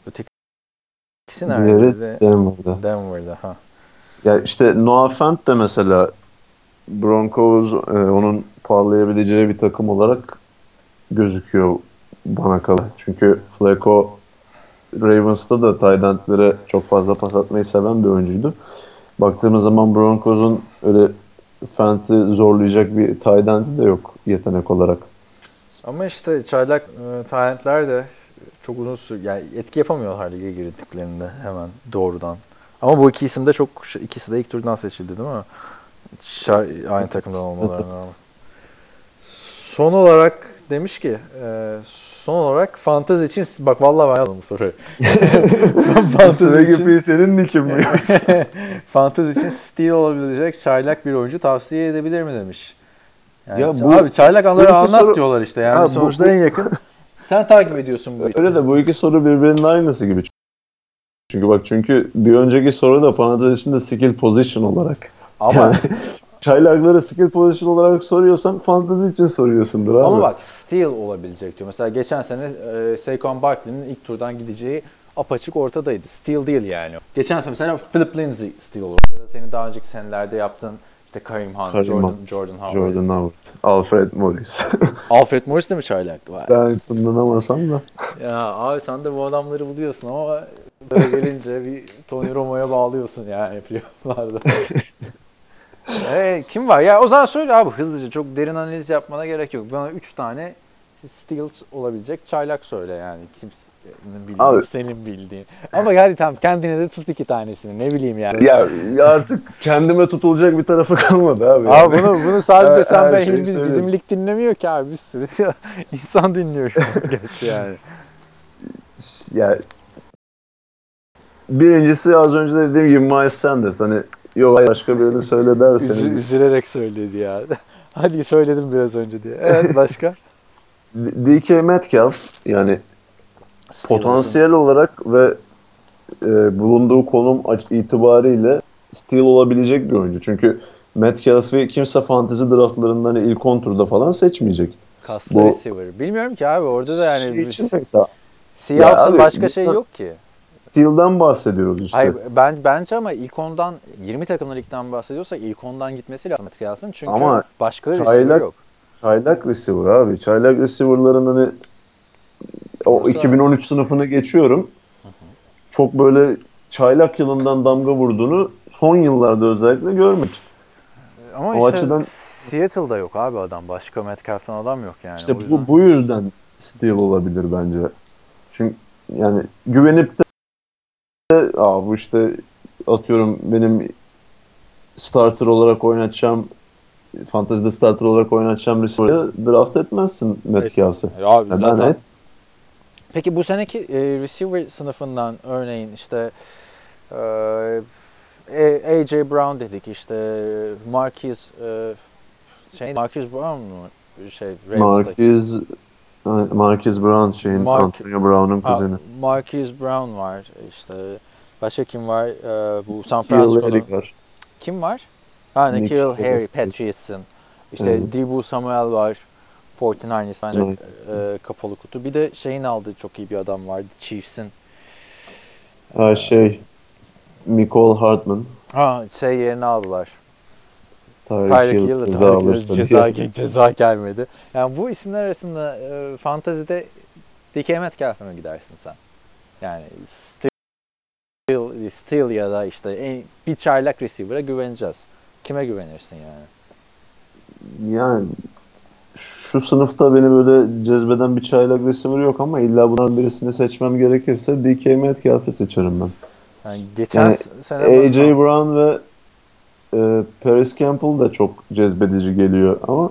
ötekisi Diğeri nerede? Denver'da. Denver'da. Ha. Ya işte Noah Fant de mesela Broncos e, onun parlayabileceği bir takım olarak gözüküyor bana kala. Çünkü Flacco Ravens'ta da tight end'lere çok fazla pas atmayı seven bir oyuncuydu. Baktığımız zaman Broncos'un öyle Fant'i zorlayacak bir tight end'i de yok yetenek olarak. Ama işte çaylak e, talentler de çok uzun süre yani etki yapamıyorlar lige girdiklerinde hemen doğrudan. Ama bu iki isim de çok ikisi de ilk turdan seçildi değil mi? Şar, aynı takımdan olmalarına rağmen. Son olarak demiş ki e, son olarak fantezi için bak vallahi ben yazdım bu soruyu. Fantezi için senin nikin mi? Fantezi için steal olabilecek çaylak bir oyuncu tavsiye edebilir mi demiş. Yani Ya işte bu, abi çaylak anları anlat soru, diyorlar işte. Yani ha, sonuçta bu, en yakın. Sen takip ediyorsun bu işi. Öyle de bu iki soru birbirinin aynısı gibi. Çünkü bak çünkü bir önceki soru da fantezi için de skill position olarak. Ama yani, çaylakları skill position olarak soruyorsan fantezi için soruyorsundur abi. Ama bak steal olabilecek diyor. Mesela geçen sene e, Saquon Barkley'nin ilk turdan gideceği apaçık ortadaydı. Steal değil yani. Geçen sene mesela Philip Lindsay steal olur. Ya da senin daha önceki senelerde yaptığın işte Kareem Hunt, Kareem Jordan, Hunt, Jordan Howard. Jordan Howard, Alfred Morris. Alfred Morris de mi çaylaktı? Vay. Ben kullanamasam da. Ya abi sen de bu adamları buluyorsun ama böyle gelince bir Tony Romo'ya bağlıyorsun yani playoff'larda. Ee, kim var? Ya o zaman söyle abi hızlıca. Çok derin analiz yapmana gerek yok. Bana üç tane steals olabilecek çaylak söyle yani. Kimsenin bildiğin, Abi. senin bildiğin. Ama hadi tamam kendine de tut iki tanesini. Ne bileyim yani. Ya, ya artık kendime tutulacak bir tarafı kalmadı abi. Abi yani. bunu bunu sadece Her- sen her ben şeyi Hilmi söyledim. bizim lig dinlemiyor ki abi bir sürü insan dinliyor şu podcast'ı yani. Ya birincisi az önce de dediğim gibi Miles Sanders. Hani yok başka birini söyle Üzü, derseniz. üzülerek söyledi ya. Hadi söyledim biraz önce diye. Evet başka? D K Metcalf yani potansiyel olarak ve e, bulunduğu konum aç- itibariyle steal olabilecek bir oyuncu. Çünkü Metcalf'i kimse fantezi draftlarından hani ilk on turda falan seçmeyecek. Kaslı Bu- receiver. Bilmiyorum ki abi orada da yani Şey biz- için mesela Seahawks'ın abi, başka şey bunlar- yok ki. steal'dan bahsediyoruz işte. Hayır ben bence ama ilk ondan yirmi takımdan ligden bahsediyorsak ilk ondan gitmesi lazım Metcalf'ın çünkü Ama başka receiver çaylak- yok. Çaylak receiver abi. Çaylak receiver'ların hani o Orası- iki bin on üç sınıfını geçiyorum. Çok böyle çaylak yılından damga vurduğunu son yıllarda özellikle görmedik. Ama O işte açıdan- Seattle'da yok abi adam. Başka Metcalf'tan adam yok yani. İşte o yüzden. bu bu yüzden steal olabilir bence. Çünkü yani güvenip de Aa, bu işte atıyorum benim starter olarak oynatacağım fantezide starter olarak oynatacağım receiver'ı draft etmezsin Metcalf'ı. Ya abi Neden zaten. et? Peki bu seneki e, receiver sınıfından örneğin işte e, A J Brown dedik işte Marquise e, şey Marquise Brown mu şey Ravens'daki? Marquise Marquise Brown şeyin Mark- Antonio Brown'un Ha, kuzeni. Marquise Brown var işte başka kim var e, bu San Nikhil Francisco'da Harry var. kim var? Ha Nikhil Nikhil Harry Patriots'ın işte Evet. Deebo Samuel var kırk dokuzers ancak Evet. e, kapalı kutu. Bir de şeyin aldığı çok iyi bir adam vardı Chiefs'in. Ha, şey Mecole Hardman. Ha şey yerini aldılar. Tyreek Tyreek Hill Hill ceza alırsa ceza, diye. ceza gelmedi. Yani bu isimler arasında e, fantazide D K Metcalf'e mi gidersin sen? Yani Steal, Steal ya da işte en, bir çaylak receiver'a güveneceğiz. Kime güvenirsin yani? Yani şu sınıfta beni böyle cezbeden bir çaylak receiver yok ama illa bundan birisini seçmem gerekirse D K Metcalf'ı seçerim ben. Yani geçen Yani sene A J Brown ve e, Paris Campbell da çok cezbedici geliyor ama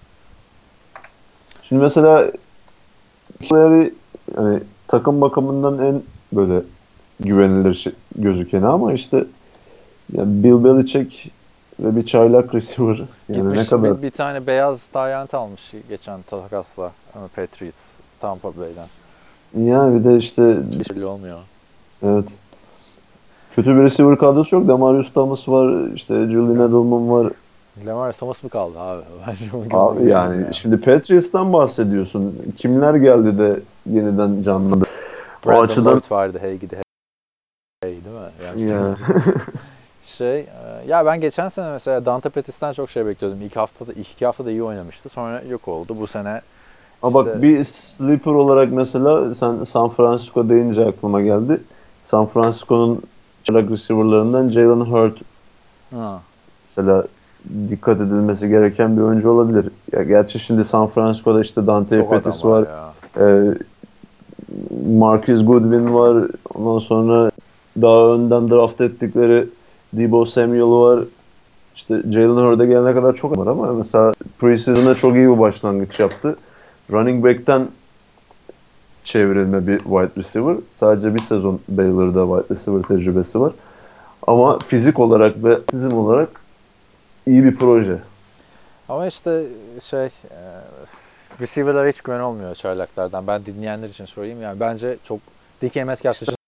şimdi mesela Larry hani takım bakımından en böyle güvenilir şey- gözükeni ama işte yani Bill Belichick ve bir çaylak receiver yani gitmiş ne kadar bir, bir tane beyaz tayyant almış geçen takasla ama Patriots Tampa Bay'den. yani bir de işte Hiç belli olmuyor. evet. Kötü bir receiver kadrosu yok. Demarius Thomas var, işte Julian Edelman var. Lamar Thomas mı kaldı abi? Bence onu Abi görmek yani istiyorum ya. şimdi Patriots'tan bahsediyorsun. Kimler geldi de yeniden canlandı? O Brandon açıdan Lloyd vardı hey gidi hey değil mi? Yani ya, şey e, ya ben geçen sene mesela Dante Pettis'ten çok şey bekliyordum. İlk haftada ilk iki haftada iyi oynamıştı. Sonra yok oldu. Bu sene ama İşte- bak bir sleeper olarak mesela sen San Francisco deyince aklıma geldi. San Francisco'nun çaylak receiver'larından Jalen Hurts ha, mesela dikkat edilmesi gereken bir oyuncu olabilir. Ya gerçi şimdi San Francisco'da işte Dante çok adam Pettis var var. ya. Ee, Marquise Goodwin var. Ondan sonra daha önden draft ettikleri Deebo Samuel var. İşte Jalen Hurt'e gelene kadar çok var ama mesela preseason'da çok iyi bir başlangıç yaptı. Running back'ten çevrilme bir wide receiver. Sadece bir sezon Baylor'da wide receiver tecrübesi var. Ama fizik olarak ve atletizm olarak iyi bir proje. Ama işte şey e, receiver'lara hiç güven olmuyor çaylaklardan. Ben dinleyenler için söyleyeyim yani bence çok D K Metcalf dışında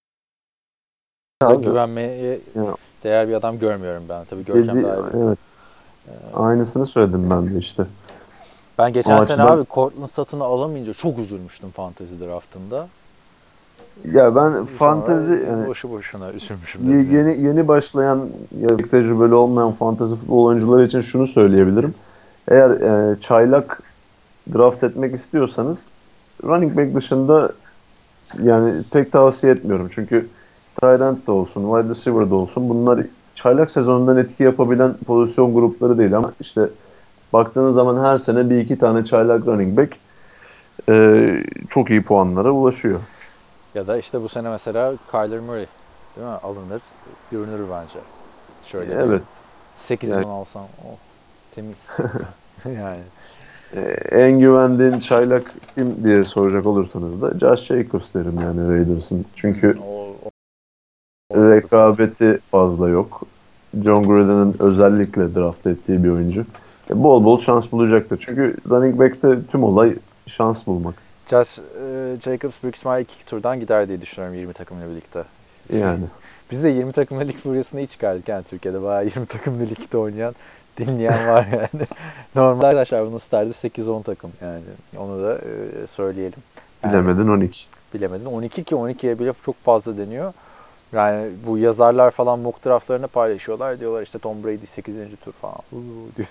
Abi, güvenmeye ya. değer bir adam görmüyorum ben. Tabii Görkem Dedi- daha iyi. evet. Aynısını söyledim ben de işte. Ben geçen O sene açıdan- abi Cortland Sutton'ı alamayınca çok üzülmüştüm fantasy draftında. Ya ben Sonra fantezi yani boşu boşuna üzülmüşüm ye- dedim. yani. yeni yeni başlayan ya pek tecrübeli olmayan fantezi futbol oyuncuları için şunu söyleyebilirim. Eğer e, çaylak draft etmek istiyorsanız running back dışında yani pek tavsiye etmiyorum. Çünkü tight end de olsun, wide receiver de olsun bunlar çaylak sezonundan etki yapabilen pozisyon grupları değil ama işte baktığınız zaman her sene bir iki tane çaylak running back e, çok iyi puanlara ulaşıyor. Ya da işte bu sene mesela Kyler Murray değil mi? Alınır, görünür bence. Şöyle bir Evet. sekiz Yani milyon alsam oh temiz. yani. e, en güvendiğin çaylak kim diye soracak olursanız da Josh Jacobs derim yani Raiders'ın. Çünkü O, o ortada var. rekabeti fazla yok. John Gruden'ın özellikle draft ettiği bir oyuncu. E, bol bol şans bulacaktır. Çünkü running back'te tüm olay şans bulmak. Josh e, Jacobs büyük ihtimalle iki turdan gider diye düşünüyorum yirmi takımla birlikte. Yani. Biz de yirmi takımlı lig furyasını iyi çıkardık yani Türkiye'de. Bayağı yirmi takımlı ligde oynayan, dinleyen var yani. Normalde arkadaşlar bunun startı sekiz on takım yani. Onu da e, söyleyelim. Yani, Bilemedin on iki. bilemedin. on iki ki on ikiye bile çok fazla deniyor. Yani bu yazarlar falan mock draftlarını paylaşıyorlar. Diyorlar işte Tom Brady sekizinci tur falan. Uuu diyor.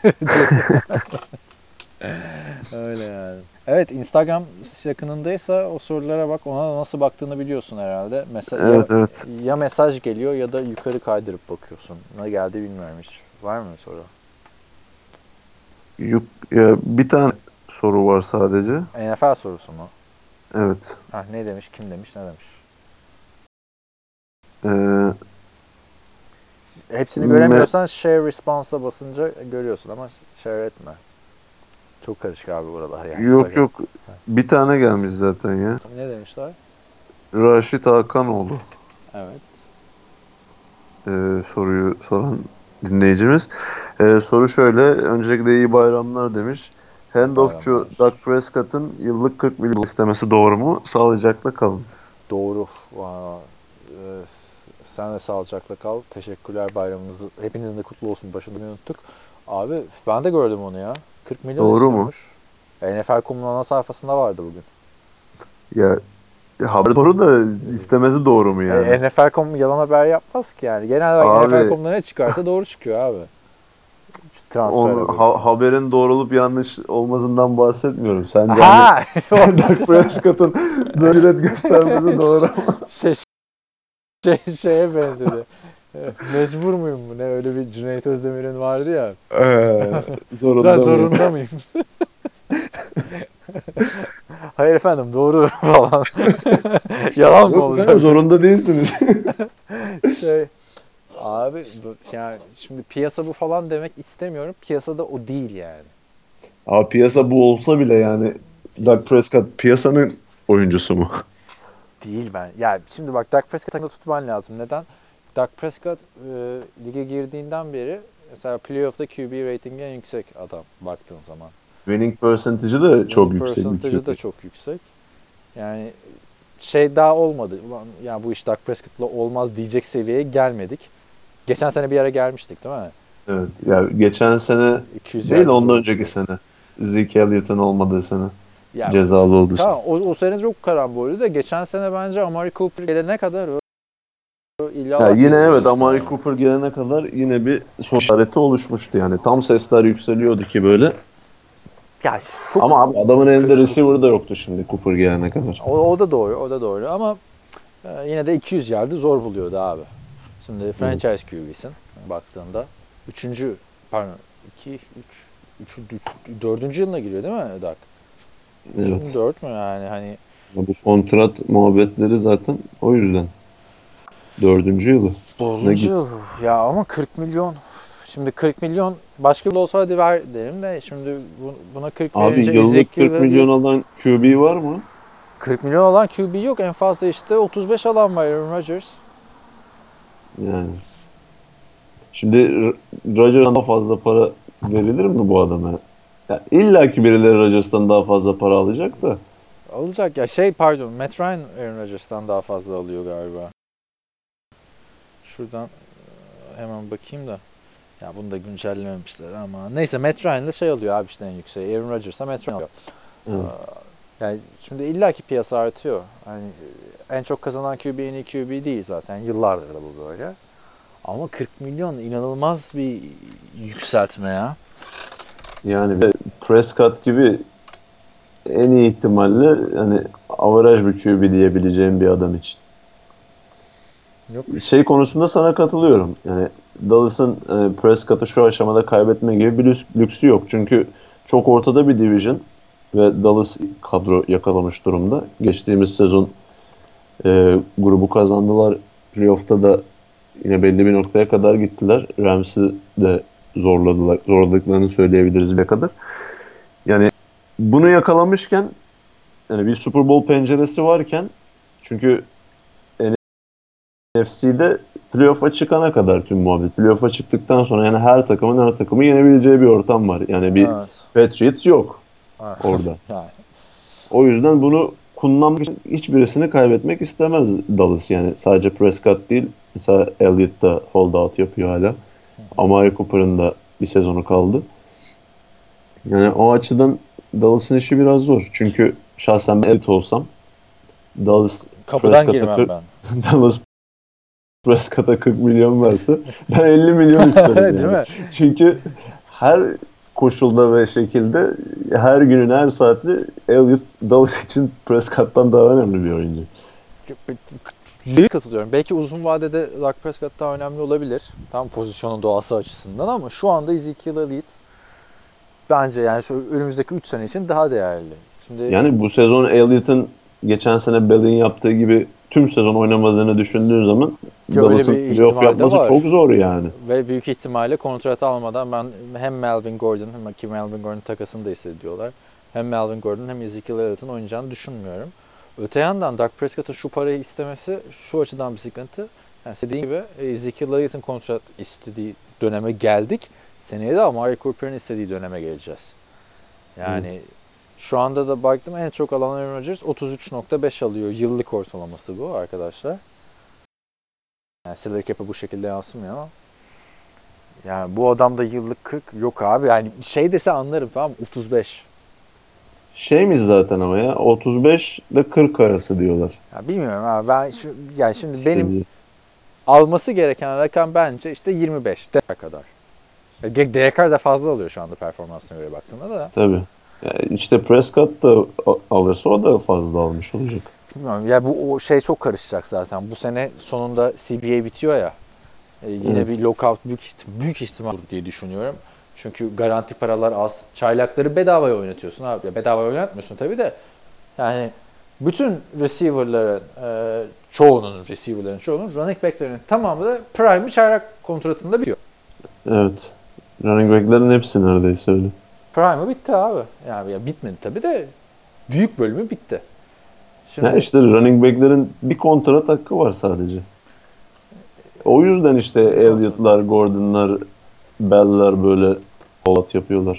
Öyle yani. Evet, Instagram yakınındaysa o sorulara bak. Ona nasıl baktığını biliyorsun herhalde. Mesela Evet ya, evet. ya mesaj geliyor ya da yukarı kaydırıp bakıyorsun. Ne geldi bilmiyorum hiç. Var mı soru? Yuk, ya bir tane soru var sadece. N F L sorusu mu? Evet. Ah, ne demiş, kim demiş, ne demiş? Ee, Hepsini me- göremiyorsan share response'a basınca görüyorsun ama share etme. Çok karışık abi buralar yani. yok Instagram. yok. Bir tane gelmiş zaten ya. Ne demişler? Raşit Hakanoğlu Evet. ee, soruyu soran dinleyicimiz. Ee, soru şöyle. Öncelikle iyi bayramlar demiş. Handoffçu Bayramlar. Dak Prescott'ın yıllık kırk milyon istemesi doğru mu? Sağlıcakla kalın. Doğru. Vay. Ee, Sen de sağlıcakla kal. Teşekkürler, bayramınız. Hepinizin de kutlu olsun. Başında unuttuk. Abi ben de gördüm onu ya. kırk milyon Doğru mu? istiyormuş. N F L nokta com'un ana sayfasında vardı bugün. Ya haber doğru da istemesi doğru mu yani? E, N F L nokta com yalan haber yapmaz ki yani. Genel olarak N F L nokta Abi com'da ne çıkarsa doğru çıkıyor abi. Transfer onun haberi ha- falan. haberin doğrulup yanlış olmasından bahsetmiyorum. Sence hani Ha! Dak Prescott'ın böyle üret göstermesi doğru mu? şey, şey, şeye benzedi. Mecbur muyum bu? Ne öyle bir Cüneyt Özdemir'in vardı ya. Ee, Ben zorunda mıyım? zorunda mıyım? Hayır efendim, doğru falan. Yalan mı Yok olacak? efendim zorunda değilsiniz. Şey, abi bu- yani şimdi piyasa bu falan demek istemiyorum. Piyasada o değil yani. Abi piyasa bu olsa bile yani Dak Prescott piyasanın oyuncusu mu? Değil ben. Yani şimdi bak, Dak Prescott'ı tutman lazım. Neden? Dak Prescott e, lige girdiğinden beri mesela playoff'ta Q B ratingi en yüksek adam baktığın zaman. Winning percentage'ı da çok Winning yüksek. percentage'ı da çok yüksek. Yani şey daha olmadı. Ulan ya bu iş Dak Prescott'la olmaz diyecek seviyeye gelmedik. Geçen sene bir ara gelmiştik değil mi? Evet. Ya geçen sene iki yüz değil yard ondan zor. önceki sene. Zeke Elliott'ın olmadığı sene. Ya Cezalı oldu. tamam, o, o sene çok karambolü de geçen sene bence Amari Cooper gelene kadar o, o Ya illallah yine evet işte Amari yani. Cooper gelene kadar yine bir soru işareti oluşmuştu yani. Tam sesler yükseliyordu ki böyle. Ya çok Ama abi adamın elinde receiver da yoktu şimdi Cooper gelene kadar. o, o da doğru, o da doğru ama e, yine de iki yüz yardı zor buluyordu abi. Şimdi franchise Q B'sin baktığında. Üçüncü, pardon, iki, üç, üç, dördüncü yılına giriyor değil mi Dak? Evet. Üçüncü, dört mü yani hani? Bu kontrat muhabbetleri zaten o yüzden. Dördüncü yılı. Ne Dördüncü git? yıl. Ya ama kırk milyon. Şimdi kırk milyon başka bir olsa hadi ver derim de şimdi bu- buna kırk Abi verince yıllık Ezekiel kırk milyon alan Q B var mı? kırk milyon alan Q B yok. En fazla işte otuz beş alan var Aaron Rodgers. Yani. Şimdi R- Rodgers'tan daha fazla para verilir mi bu adama? Ya İlla ki birileri Rodgers'tan daha fazla para alacak da. Alacak ya şey pardon Matt Ryan Aaron Rodgers'tan daha fazla alıyor galiba. Şuradan e, hemen bakayım da. Ya bunu da güncellememişler ama. Neyse Matt Ryan'la şey alıyor abi işte en yüksek. Aaron Rodgers'la Matt Ryan alıyor. Evet. Yani şimdi illaki piyasa artıyor. Hani en çok kazanan Q B en iyi Q B değil zaten. Yıllardır da bu böyle. Ama kırk milyon inanılmaz bir yükseltme ya. Yani ve Prescott gibi en iyi ihtimalle hani average bir Q B diyebileceğim bir adam için. Yok. Şey konusunda sana katılıyorum. Yani Dallas'ın e, Prescott'ı şu aşamada kaybetme gibi bir lüks- lüksü yok. Çünkü çok ortada bir division ve Dallas kadro yakalamış durumda. Geçtiğimiz sezon e, grubu kazandılar. Playoff'ta da yine belli bir noktaya kadar gittiler. Rams'i de zorladılar. Zorladıklarını söyleyebiliriz bir kadar. Yani bunu yakalamışken yani bir Super Bowl penceresi varken çünkü N F C'de playoff'a çıkana kadar tüm muhabbet. Playoff'a çıktıktan sonra yani her takımın her takımı yenebileceği bir ortam var. Yani bir Evet. Patriots yok Evet. orada. Yani. O yüzden bunu kullanmak için hiçbirisini kaybetmek istemez Dallas. Yani sadece Prescott değil. Mesela Elliott da holdout yapıyor hala. Amari Cooper'ın da bir sezonu kaldı. Yani o açıdan Dallas'ın işi biraz zor. Çünkü şahsen ben Elliott olsam Dallas Kapıdan Prescott'a girmem kırk ben. Dallas Prescott'a kırk milyon verse ben elli milyon isterim Değil yani. mi? Çünkü her koşulda ve şekilde her günün her saati Elliott Dallas için Prescott'tan daha önemli bir oyuncu. Yüzde katılıyorum. Belki uzun vadede Dak Prescott daha önemli olabilir. Tam pozisyonun doğası açısından ama şu anda Ezekiel Elliott bence yani şu önümüzdeki üç sene için daha değerli. Şimdi Yani bu sezon Elliott'ın geçen sene Bell'in yaptığı gibi tüm sezon oynamadığını düşündüğün zaman öyle Dallas'ın bir playoff ihtimal de yapması var. çok zor yani. Ve büyük ihtimalle kontrat almadan ben hem Melvin Gordon hem ki Melvin Gordon takasını da hissediyorlar. Hem Melvin Gordon hem Ezekiel Elliott'ın oynayacağını düşünmüyorum. Öte yandan Dak Prescott'ın şu parayı istemesi şu açıdan bir sıkıntı. Yani dediğim gibi Ezekiel Elliott'ın kontrat istediği döneme geldik. Seneye de Amari Cooper'ın istediği döneme geleceğiz. Yani Evet. şu anda da baktım en çok alan Aaron Rodgers otuz üç nokta beş alıyor. Yıllık ortalaması bu arkadaşlar. Yani salary cap'e bu şekilde yansımıyor ama yani bu adamda yıllık kırk yok abi. Yani şey dese anlarım, tamam mı? otuz beş. Şeymiş zaten ama ya otuz beş ile kırk arası diyorlar. Ya bilmiyorum abi. Ben şu, yani şimdi benim İstediği. alması gereken rakam bence işte yirmi beş değer kadar. Ya değer kadar da fazla alıyor şu anda performansına göre baktığında da. Tabii. Yani işte Prescott da a- alırsa o da fazla almış olacak. Bilmiyorum. Ya bu o şey çok karışacak zaten. Bu sene sonunda C B A bitiyor ya. E, yine Evet. bir lockout büyük büyük ihtimal olur diye düşünüyorum. Çünkü garanti paralar az. Çaylakları bedavaya oynatıyorsun abi. Ya bedavaya oynatmıyorsun tabii de. Yani bütün receiver'ların e, çoğunun receiver'ların çoğunun running back'lerin tamamı da prime'ı çaylak kontratında bitiyor. Evet. Running back'lerin hepsi neredeyse öyle. Prime'ı bitti abi. Yani ya bitmedi tabii de büyük bölümü bitti. Şimdi Ya işte running back'lerin bir kontrat hakkı var sadece. O yüzden işte Elliott'lar, Gordon'lar, Bell'ler böyle halat yapıyorlar.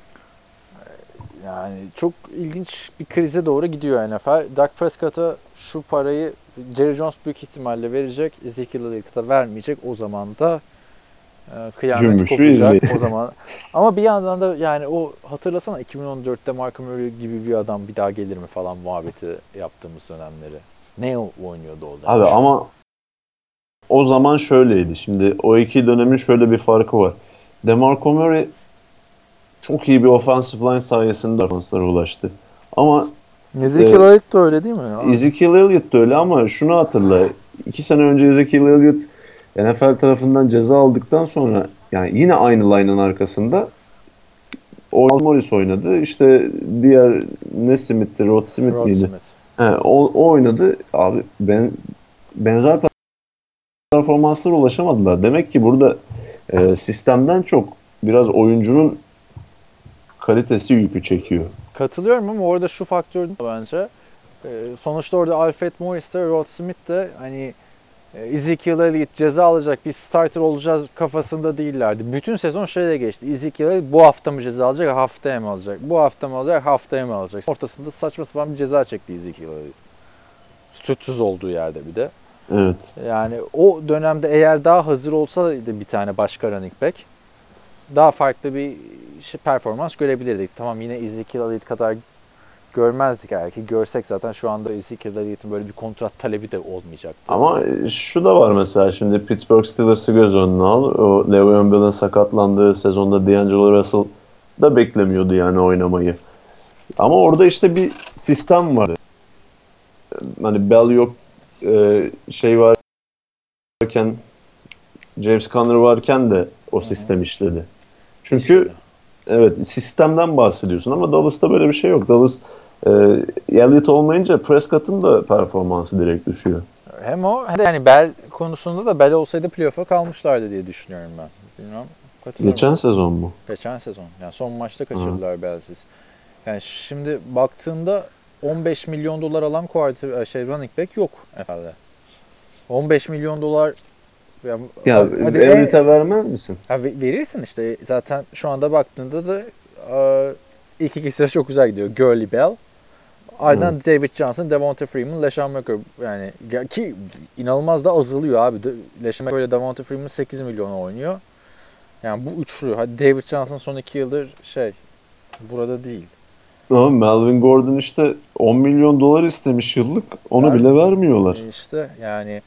yani çok ilginç bir krize doğru gidiyor N F L. Dak Prescott'a şu parayı Jerry Jones büyük ihtimalle verecek. Ezekiel Elliott'a vermeyecek. O zaman da e, kıyamet Cümbüşü kopacak. izleyin. O zaman. Ama bir yandan da yani o hatırlasana iki bin on dörtte Marco Murray gibi bir adam bir daha gelir mi falan muhabbeti yaptığımız dönemleri. Ne oynuyordu o dönem? Abi ama o zaman şöyleydi. Şimdi o iki dönemin şöyle bir farkı var. DeMarco Murray çok iyi bir offensive line sayesinde defanslara ulaştı. Ama Ezekiel e, Elliott da öyle değil mi? Ya? Ezekiel Elliott da öyle ama şunu hatırla. iki sene önce Ezekiel Elliott N F L tarafından ceza aldıktan sonra yani yine aynı line'ın arkasında o Morris oynadı. İşte diğer ne Smith'ti? Rod Smith Rod miydi? Smith. He, o, o oynadı. Abi ben benzer performanslara ulaşamadılar. Demek ki burada e, sistemden çok biraz oyuncunun kalitesi yükü çekiyor. Katılıyorum ama orada şu faktör de bence. Ee, sonuçta orada Alfred Morris de Rod Smith de hani e, Ezekiel Elliott ceza alacak, bir starter olacağız kafasında değillerdi. Bütün sezon şeyle geçti. Ezekiel Elliott bu hafta mı ceza alacak, haftaya mı alacak? Bu hafta mı alacak, haftaya mı alacak? Ortasında saçma sapan bir ceza çekti Ezekiel Elliott. Suçsuz olduğu yerde bir de. Evet. Yani o dönemde eğer daha hazır olsaydı bir tane başka running back daha farklı bir şey, performans görebilirdik. Tamam yine Ezekiel Elliott kadar görmezdik eğer ki görsek zaten şu anda Ezekiel Elliott'ın böyle bir kontrat talebi de olmayacaktı. Ama şu da var mesela şimdi Pittsburgh Steelers'ı göz önüne al. O Le'Veon Bell'in sakatlandığı sezonda D'Angelo Russell da beklemiyordu yani oynamayı. Ama orada işte bir sistem vardı. Hani Bell yok, e, şey varken, James Conner varken de o sistem işledi. Çünkü evet sistemden bahsediyorsun ama Dallas'ta böyle bir şey yok. Dallas e, Elliott olmayınca Prescott'ın da performansı direkt düşüyor. Hem o hem de yani Bell konusunda da Bell olsaydı playoff'a kalmışlardı diye düşünüyorum ben. Bilmiyorum. Geçen sezon mu? Geçen sezon. Yani son maçta kaçırdılar Bell'siz. Yani şimdi baktığında on beş milyon dolar alan quarter, şey running back yok N F L'de. on beş milyon dolar ya, Ya Elliott'a e, vermez misin? Ya verirsin işte. Zaten şu anda baktığında da e, ilk ikisi çok güzel gidiyor. Gurley Bell. Ardından hmm. David Johnson, Devonta Freeman, LeSean McCoy. Yani ki inanılmaz da azalıyor abi. LeSean McCoy ile Devonta Freeman sekiz milyona oynuyor. Yani bu üçlü. Hadi David Johnson son iki yıldır şey burada değil. Ama Melvin Gordon işte on milyon dolar istemiş yıllık. Onu Ver, bile vermiyorlar. İşte yani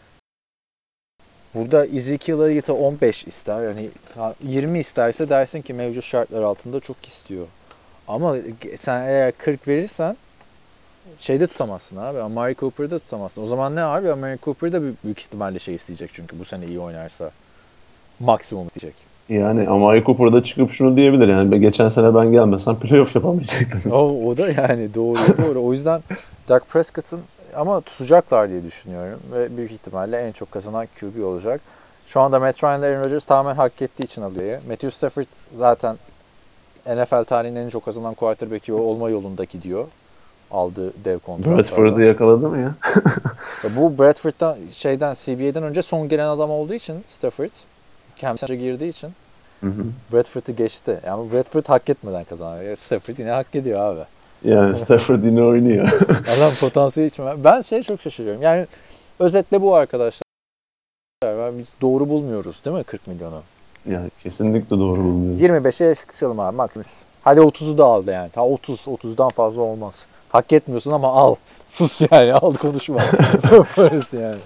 burada Ezekiel Elliott'a on beş ister. Yani yirmi isterse dersin ki mevcut şartlar altında çok istiyor. Ama sen eğer kırk verirsen şeyde tutamazsın abi. Amari Cooper'da tutamazsın. O zaman ne abi? Amari Cooper'da büyük ihtimalle şey isteyecek çünkü bu sene iyi oynarsa. Maksimum isteyecek. Yani Amari Cooper'da çıkıp şunu diyebilir. Yani geçen sene ben gelmesem playoff yapamayacaktınız. O, o da yani doğru doğru. O yüzden Dak Prescott'ın ama tutacaklar diye düşünüyorum. Ve büyük ihtimalle en çok kazanan Q B olacak. Şu anda Matt Ryan ile Aaron Rodgers tamamen hak ettiği için alıyor. Matthew Stafford zaten N F L tarihinin en çok kazanan quarterback'i olma yolunda gidiyor. Aldığı dev kontratlarla. Bradford'u yakaladı mı ya? Bu Bradford'dan şeyden C B A'den önce son gelen adam olduğu için Stafford kendisi girdiği için hı hı. Bradford'u geçti. Yani Bradford hak etmeden kazanıyor. Stafford yine hak ediyor abi. Yani Stafford yine oynuyor. Adam potansiyeli için. Ben şey çok şaşırıyorum. Yani özetle bu arkadaşlar. Biz doğru bulmuyoruz değil mi kırk milyonu? Yani kesinlikle doğru bulmuyoruz. yirmi beşe sıkışalım abi maksimum. Hadi otuzu da aldı yani. Ta otuz, otuzdan fazla olmaz. Hak etmiyorsun ama al. Sus yani al konuşma. Böylesi yani.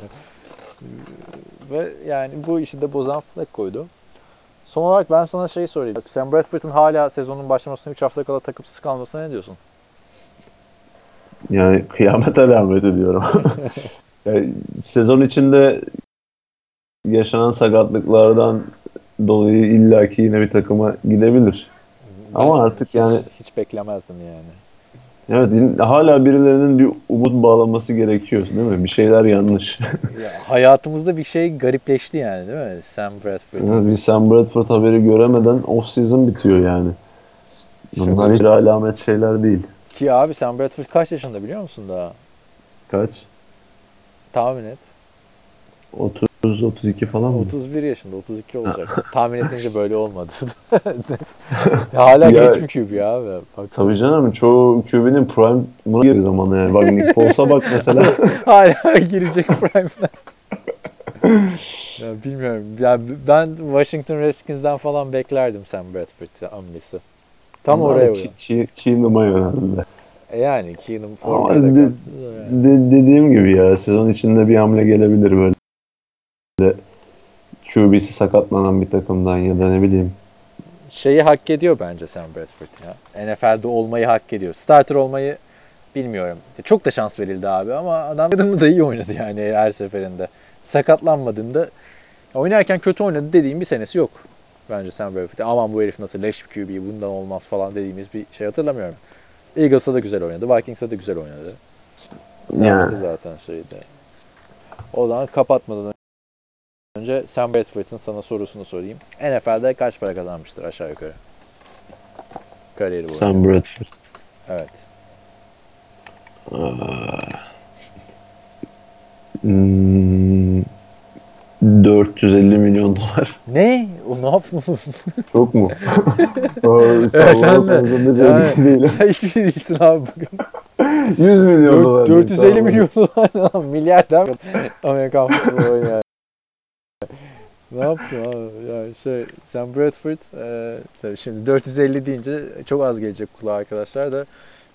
Ve yani bu işi de bozan Fleck koydu. Son olarak ben sana şey sorayım. Sam Bradford'ın hala sezonun başlamasına üç hafta kala takımsız kalmasına ne diyorsun? Yani kıyamet alameti diyorum. Yani sezon içinde yaşanan sakatlıklardan dolayı illaki yine bir takıma gidebilir. Ben ama artık hiç, yani hiç beklemezdim yani. Evet, hala birilerinin bir umut bağlaması gerekiyor değil mi? Bir şeyler yanlış. Ya, hayatımızda bir şey garipleşti yani değil mi? Sam Bradford. Evet, bir Sam Bradford haberi göremeden off season bitiyor yani. Bunlar hiç alamet şeyler değil. Ki abi Sam Bradford kaç yaşında biliyor musun daha? Kaç? Tahmin et. otuz otuz iki falan mı? otuz bir yaşında, otuz iki olacak. Tahmin edince böyle olmadı. Hala ya, geç bir Q B abi. Bak, tabii canım çoğu Q B'nin prime'ına girdiği zamanı yani. Bak Nick Foles'a bak mesela. Hala girecek prime'ına. Ya bilmiyorum. Ya ben Washington Redskins'den falan beklerdim Sam Bradford hamlesi. Tam ama oraya ki, ki, Keenum'a yöneldiler. E yani Keenum ama de, de, de, dediğim gibi ya sezon içinde bir hamle gelebilir böyle. Q B'si sakatlanan bir takımdan ya da ne bileyim. Şeyi hak ediyor bence Sam Bradford ya. N F L'de olmayı hak ediyor. Starter olmayı bilmiyorum. Çok da şans verildi abi ama adam da iyi oynadı yani her seferinde. Sakatlanmadığında oynarken kötü oynadı dediğim bir senesi yok. Bence Sam Bradford. Aman bu herif nasıl leş bir Q B bundan olmaz falan dediğimiz bir şey hatırlamıyorum. Eagles'a da güzel oynadı. Vikings'a da güzel oynadı. Yani. Zaten şeyde. O zaman kapatmadan önce Sam Bradford'ın sana sorusunu sorayım. N F L'de kaç para kazanmıştır aşağı yukarı? Kariyeri boyunca. Sam Bradford. Evet. Hmm, dört yüz elli milyon dolar. Ne? O ne yaptın? Çok mu? Aa, sen de. Yani, değil. Sen hiçbir şey değilsin abi bugün. yüz milyon dolar. dört yüz elli tamam. Milyon dolar. Milyarder Amerikan futbolu oynuyor. Ne yaptın abi? Yani şey, Sam Bradford, e, tabii şimdi dört yüz elli deyince çok az gelecek kulağa arkadaşlar da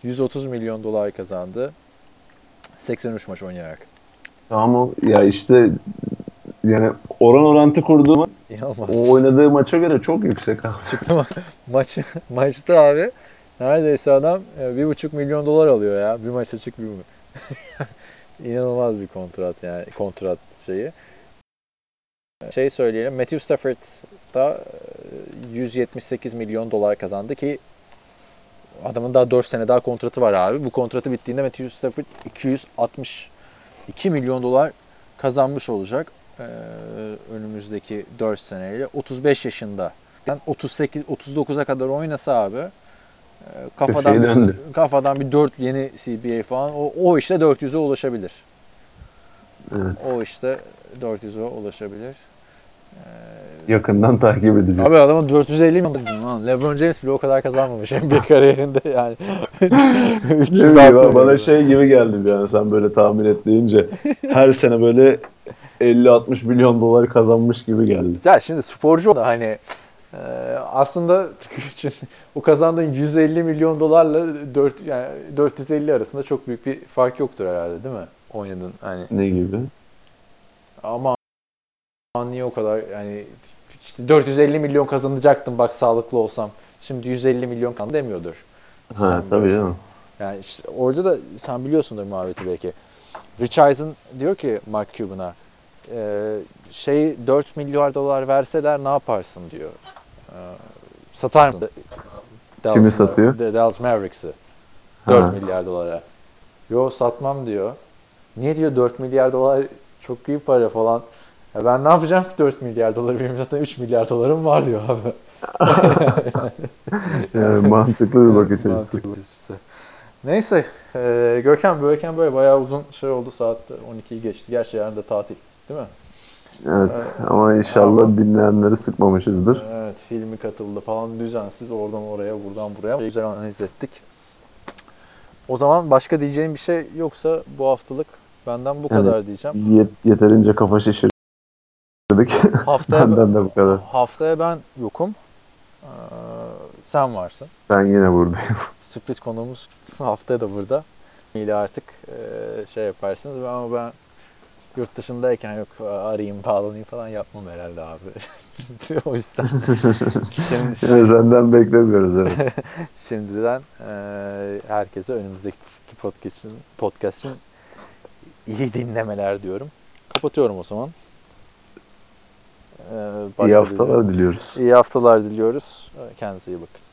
yüz otuz milyon dolar kazandı. seksen üç maç oynayarak. Tamam o ya işte yani oran orantı kurduğum İnanılmaz. o oynadığı maça göre çok yüksek abi. Çünkü ma- maçı, maçta abi neredeyse adam e, bir buçuk milyon dolar alıyor ya. Bir maç açık bir mi? İnanılmaz bir kontrat yani kontrat şeyi. Şey söyleyelim, Matthew Stafford da yüz yetmiş sekiz milyon dolar kazandı ki adamın daha dört sene daha kontratı var abi. Bu kontratı bittiğinde Matthew Stafford iki yüz altmış iki milyon dolar kazanmış olacak. Ee, önümüzdeki dört seneyle. otuz beş yaşında. Yani otuz sekiz otuz dokuza kadar oynasa abi e, kafadan Şey döndü. kafadan bir dört yeni C B A falan o, o işte dört yüze ulaşabilir. Evet. O işte dört yüze ulaşabilir. Yakından takip edeceğiz. Abi adamın dört yüz elli milyon lan. LeBron James bile o kadar kazanmamış N B A kariyerinde yani. üç yüz Değil mi? altı Bana milyon. şey gibi geldi bir an sen böyle tahmin et deyince. Her sene böyle elli altmış milyon dolar kazanmış gibi geldi. Ya şimdi sporcu da hani e, aslında o kazandığın yüz elli milyon dolarla dört yani dört yüz elli arasında çok büyük bir fark yoktur herhalde değil mi? Oynadın hani Ne gibi? ama niye o kadar yani işte dört yüz elli milyon kazanacaktım bak sağlıklı olsam. Şimdi yüz elli milyon kan demiyordur. Ha Sen tabii böyle- canım. Yani işte orada da sen biliyorsundur muhabbeti belki. Rich Eisen diyor ki Mark Cuban'a e, şey dört milyar dolar verseler ne yaparsın diyor. E, satar mısın? Dallas- Kimi satıyor? De- Dallas Mavericks'i. Ha. dört milyar dolara. Yo satmam diyor. Niye diyor dört milyar dolar çok iyi para falan. Ya ben ne yapacağım ki dört milyar dolar? Benim zaten üç milyar dolarım var diyor abi. Yani mantıklı bir bakış açısı. Mantıklı bakış açısı. Neyse. E, Görkem böyleyken böyle bayağı uzun şey oldu. Saat on ikiyi geçti. Gerçi yarın da tatil. Değil mi? Evet ama inşallah Ama- dinleyenleri sıkmamışızdır. Evet. Hilmi katıldı falan. Düzensiz. Oradan oraya, buradan buraya. Güzel analiz ettik. O zaman başka diyeceğim bir şey yoksa bu haftalık benden bu Yani- kadar diyeceğim. Yet- yeterince kafa şişirdik. Haftaya Benden de bu kadar. haftaya ben yokum. Ee, sen varsın. Ben yine buradayım. Sürpriz konuğumuz haftaya da burada. İyle artık e, şey yaparsınız ama ben yurt dışındayken yok arayayım bağlanayım falan yapmam herhalde abi. O yüzden şimdi, Yani senden beklemiyoruz evet. şimdiden e, herkese önümüzdeki podcast için, podcast için iyi dinlemeler diyorum. Kapatıyorum o zaman. Ee, İyi başka haftalar bir- diliyoruz. İyi haftalar diliyoruz. Kendinize iyi bakın.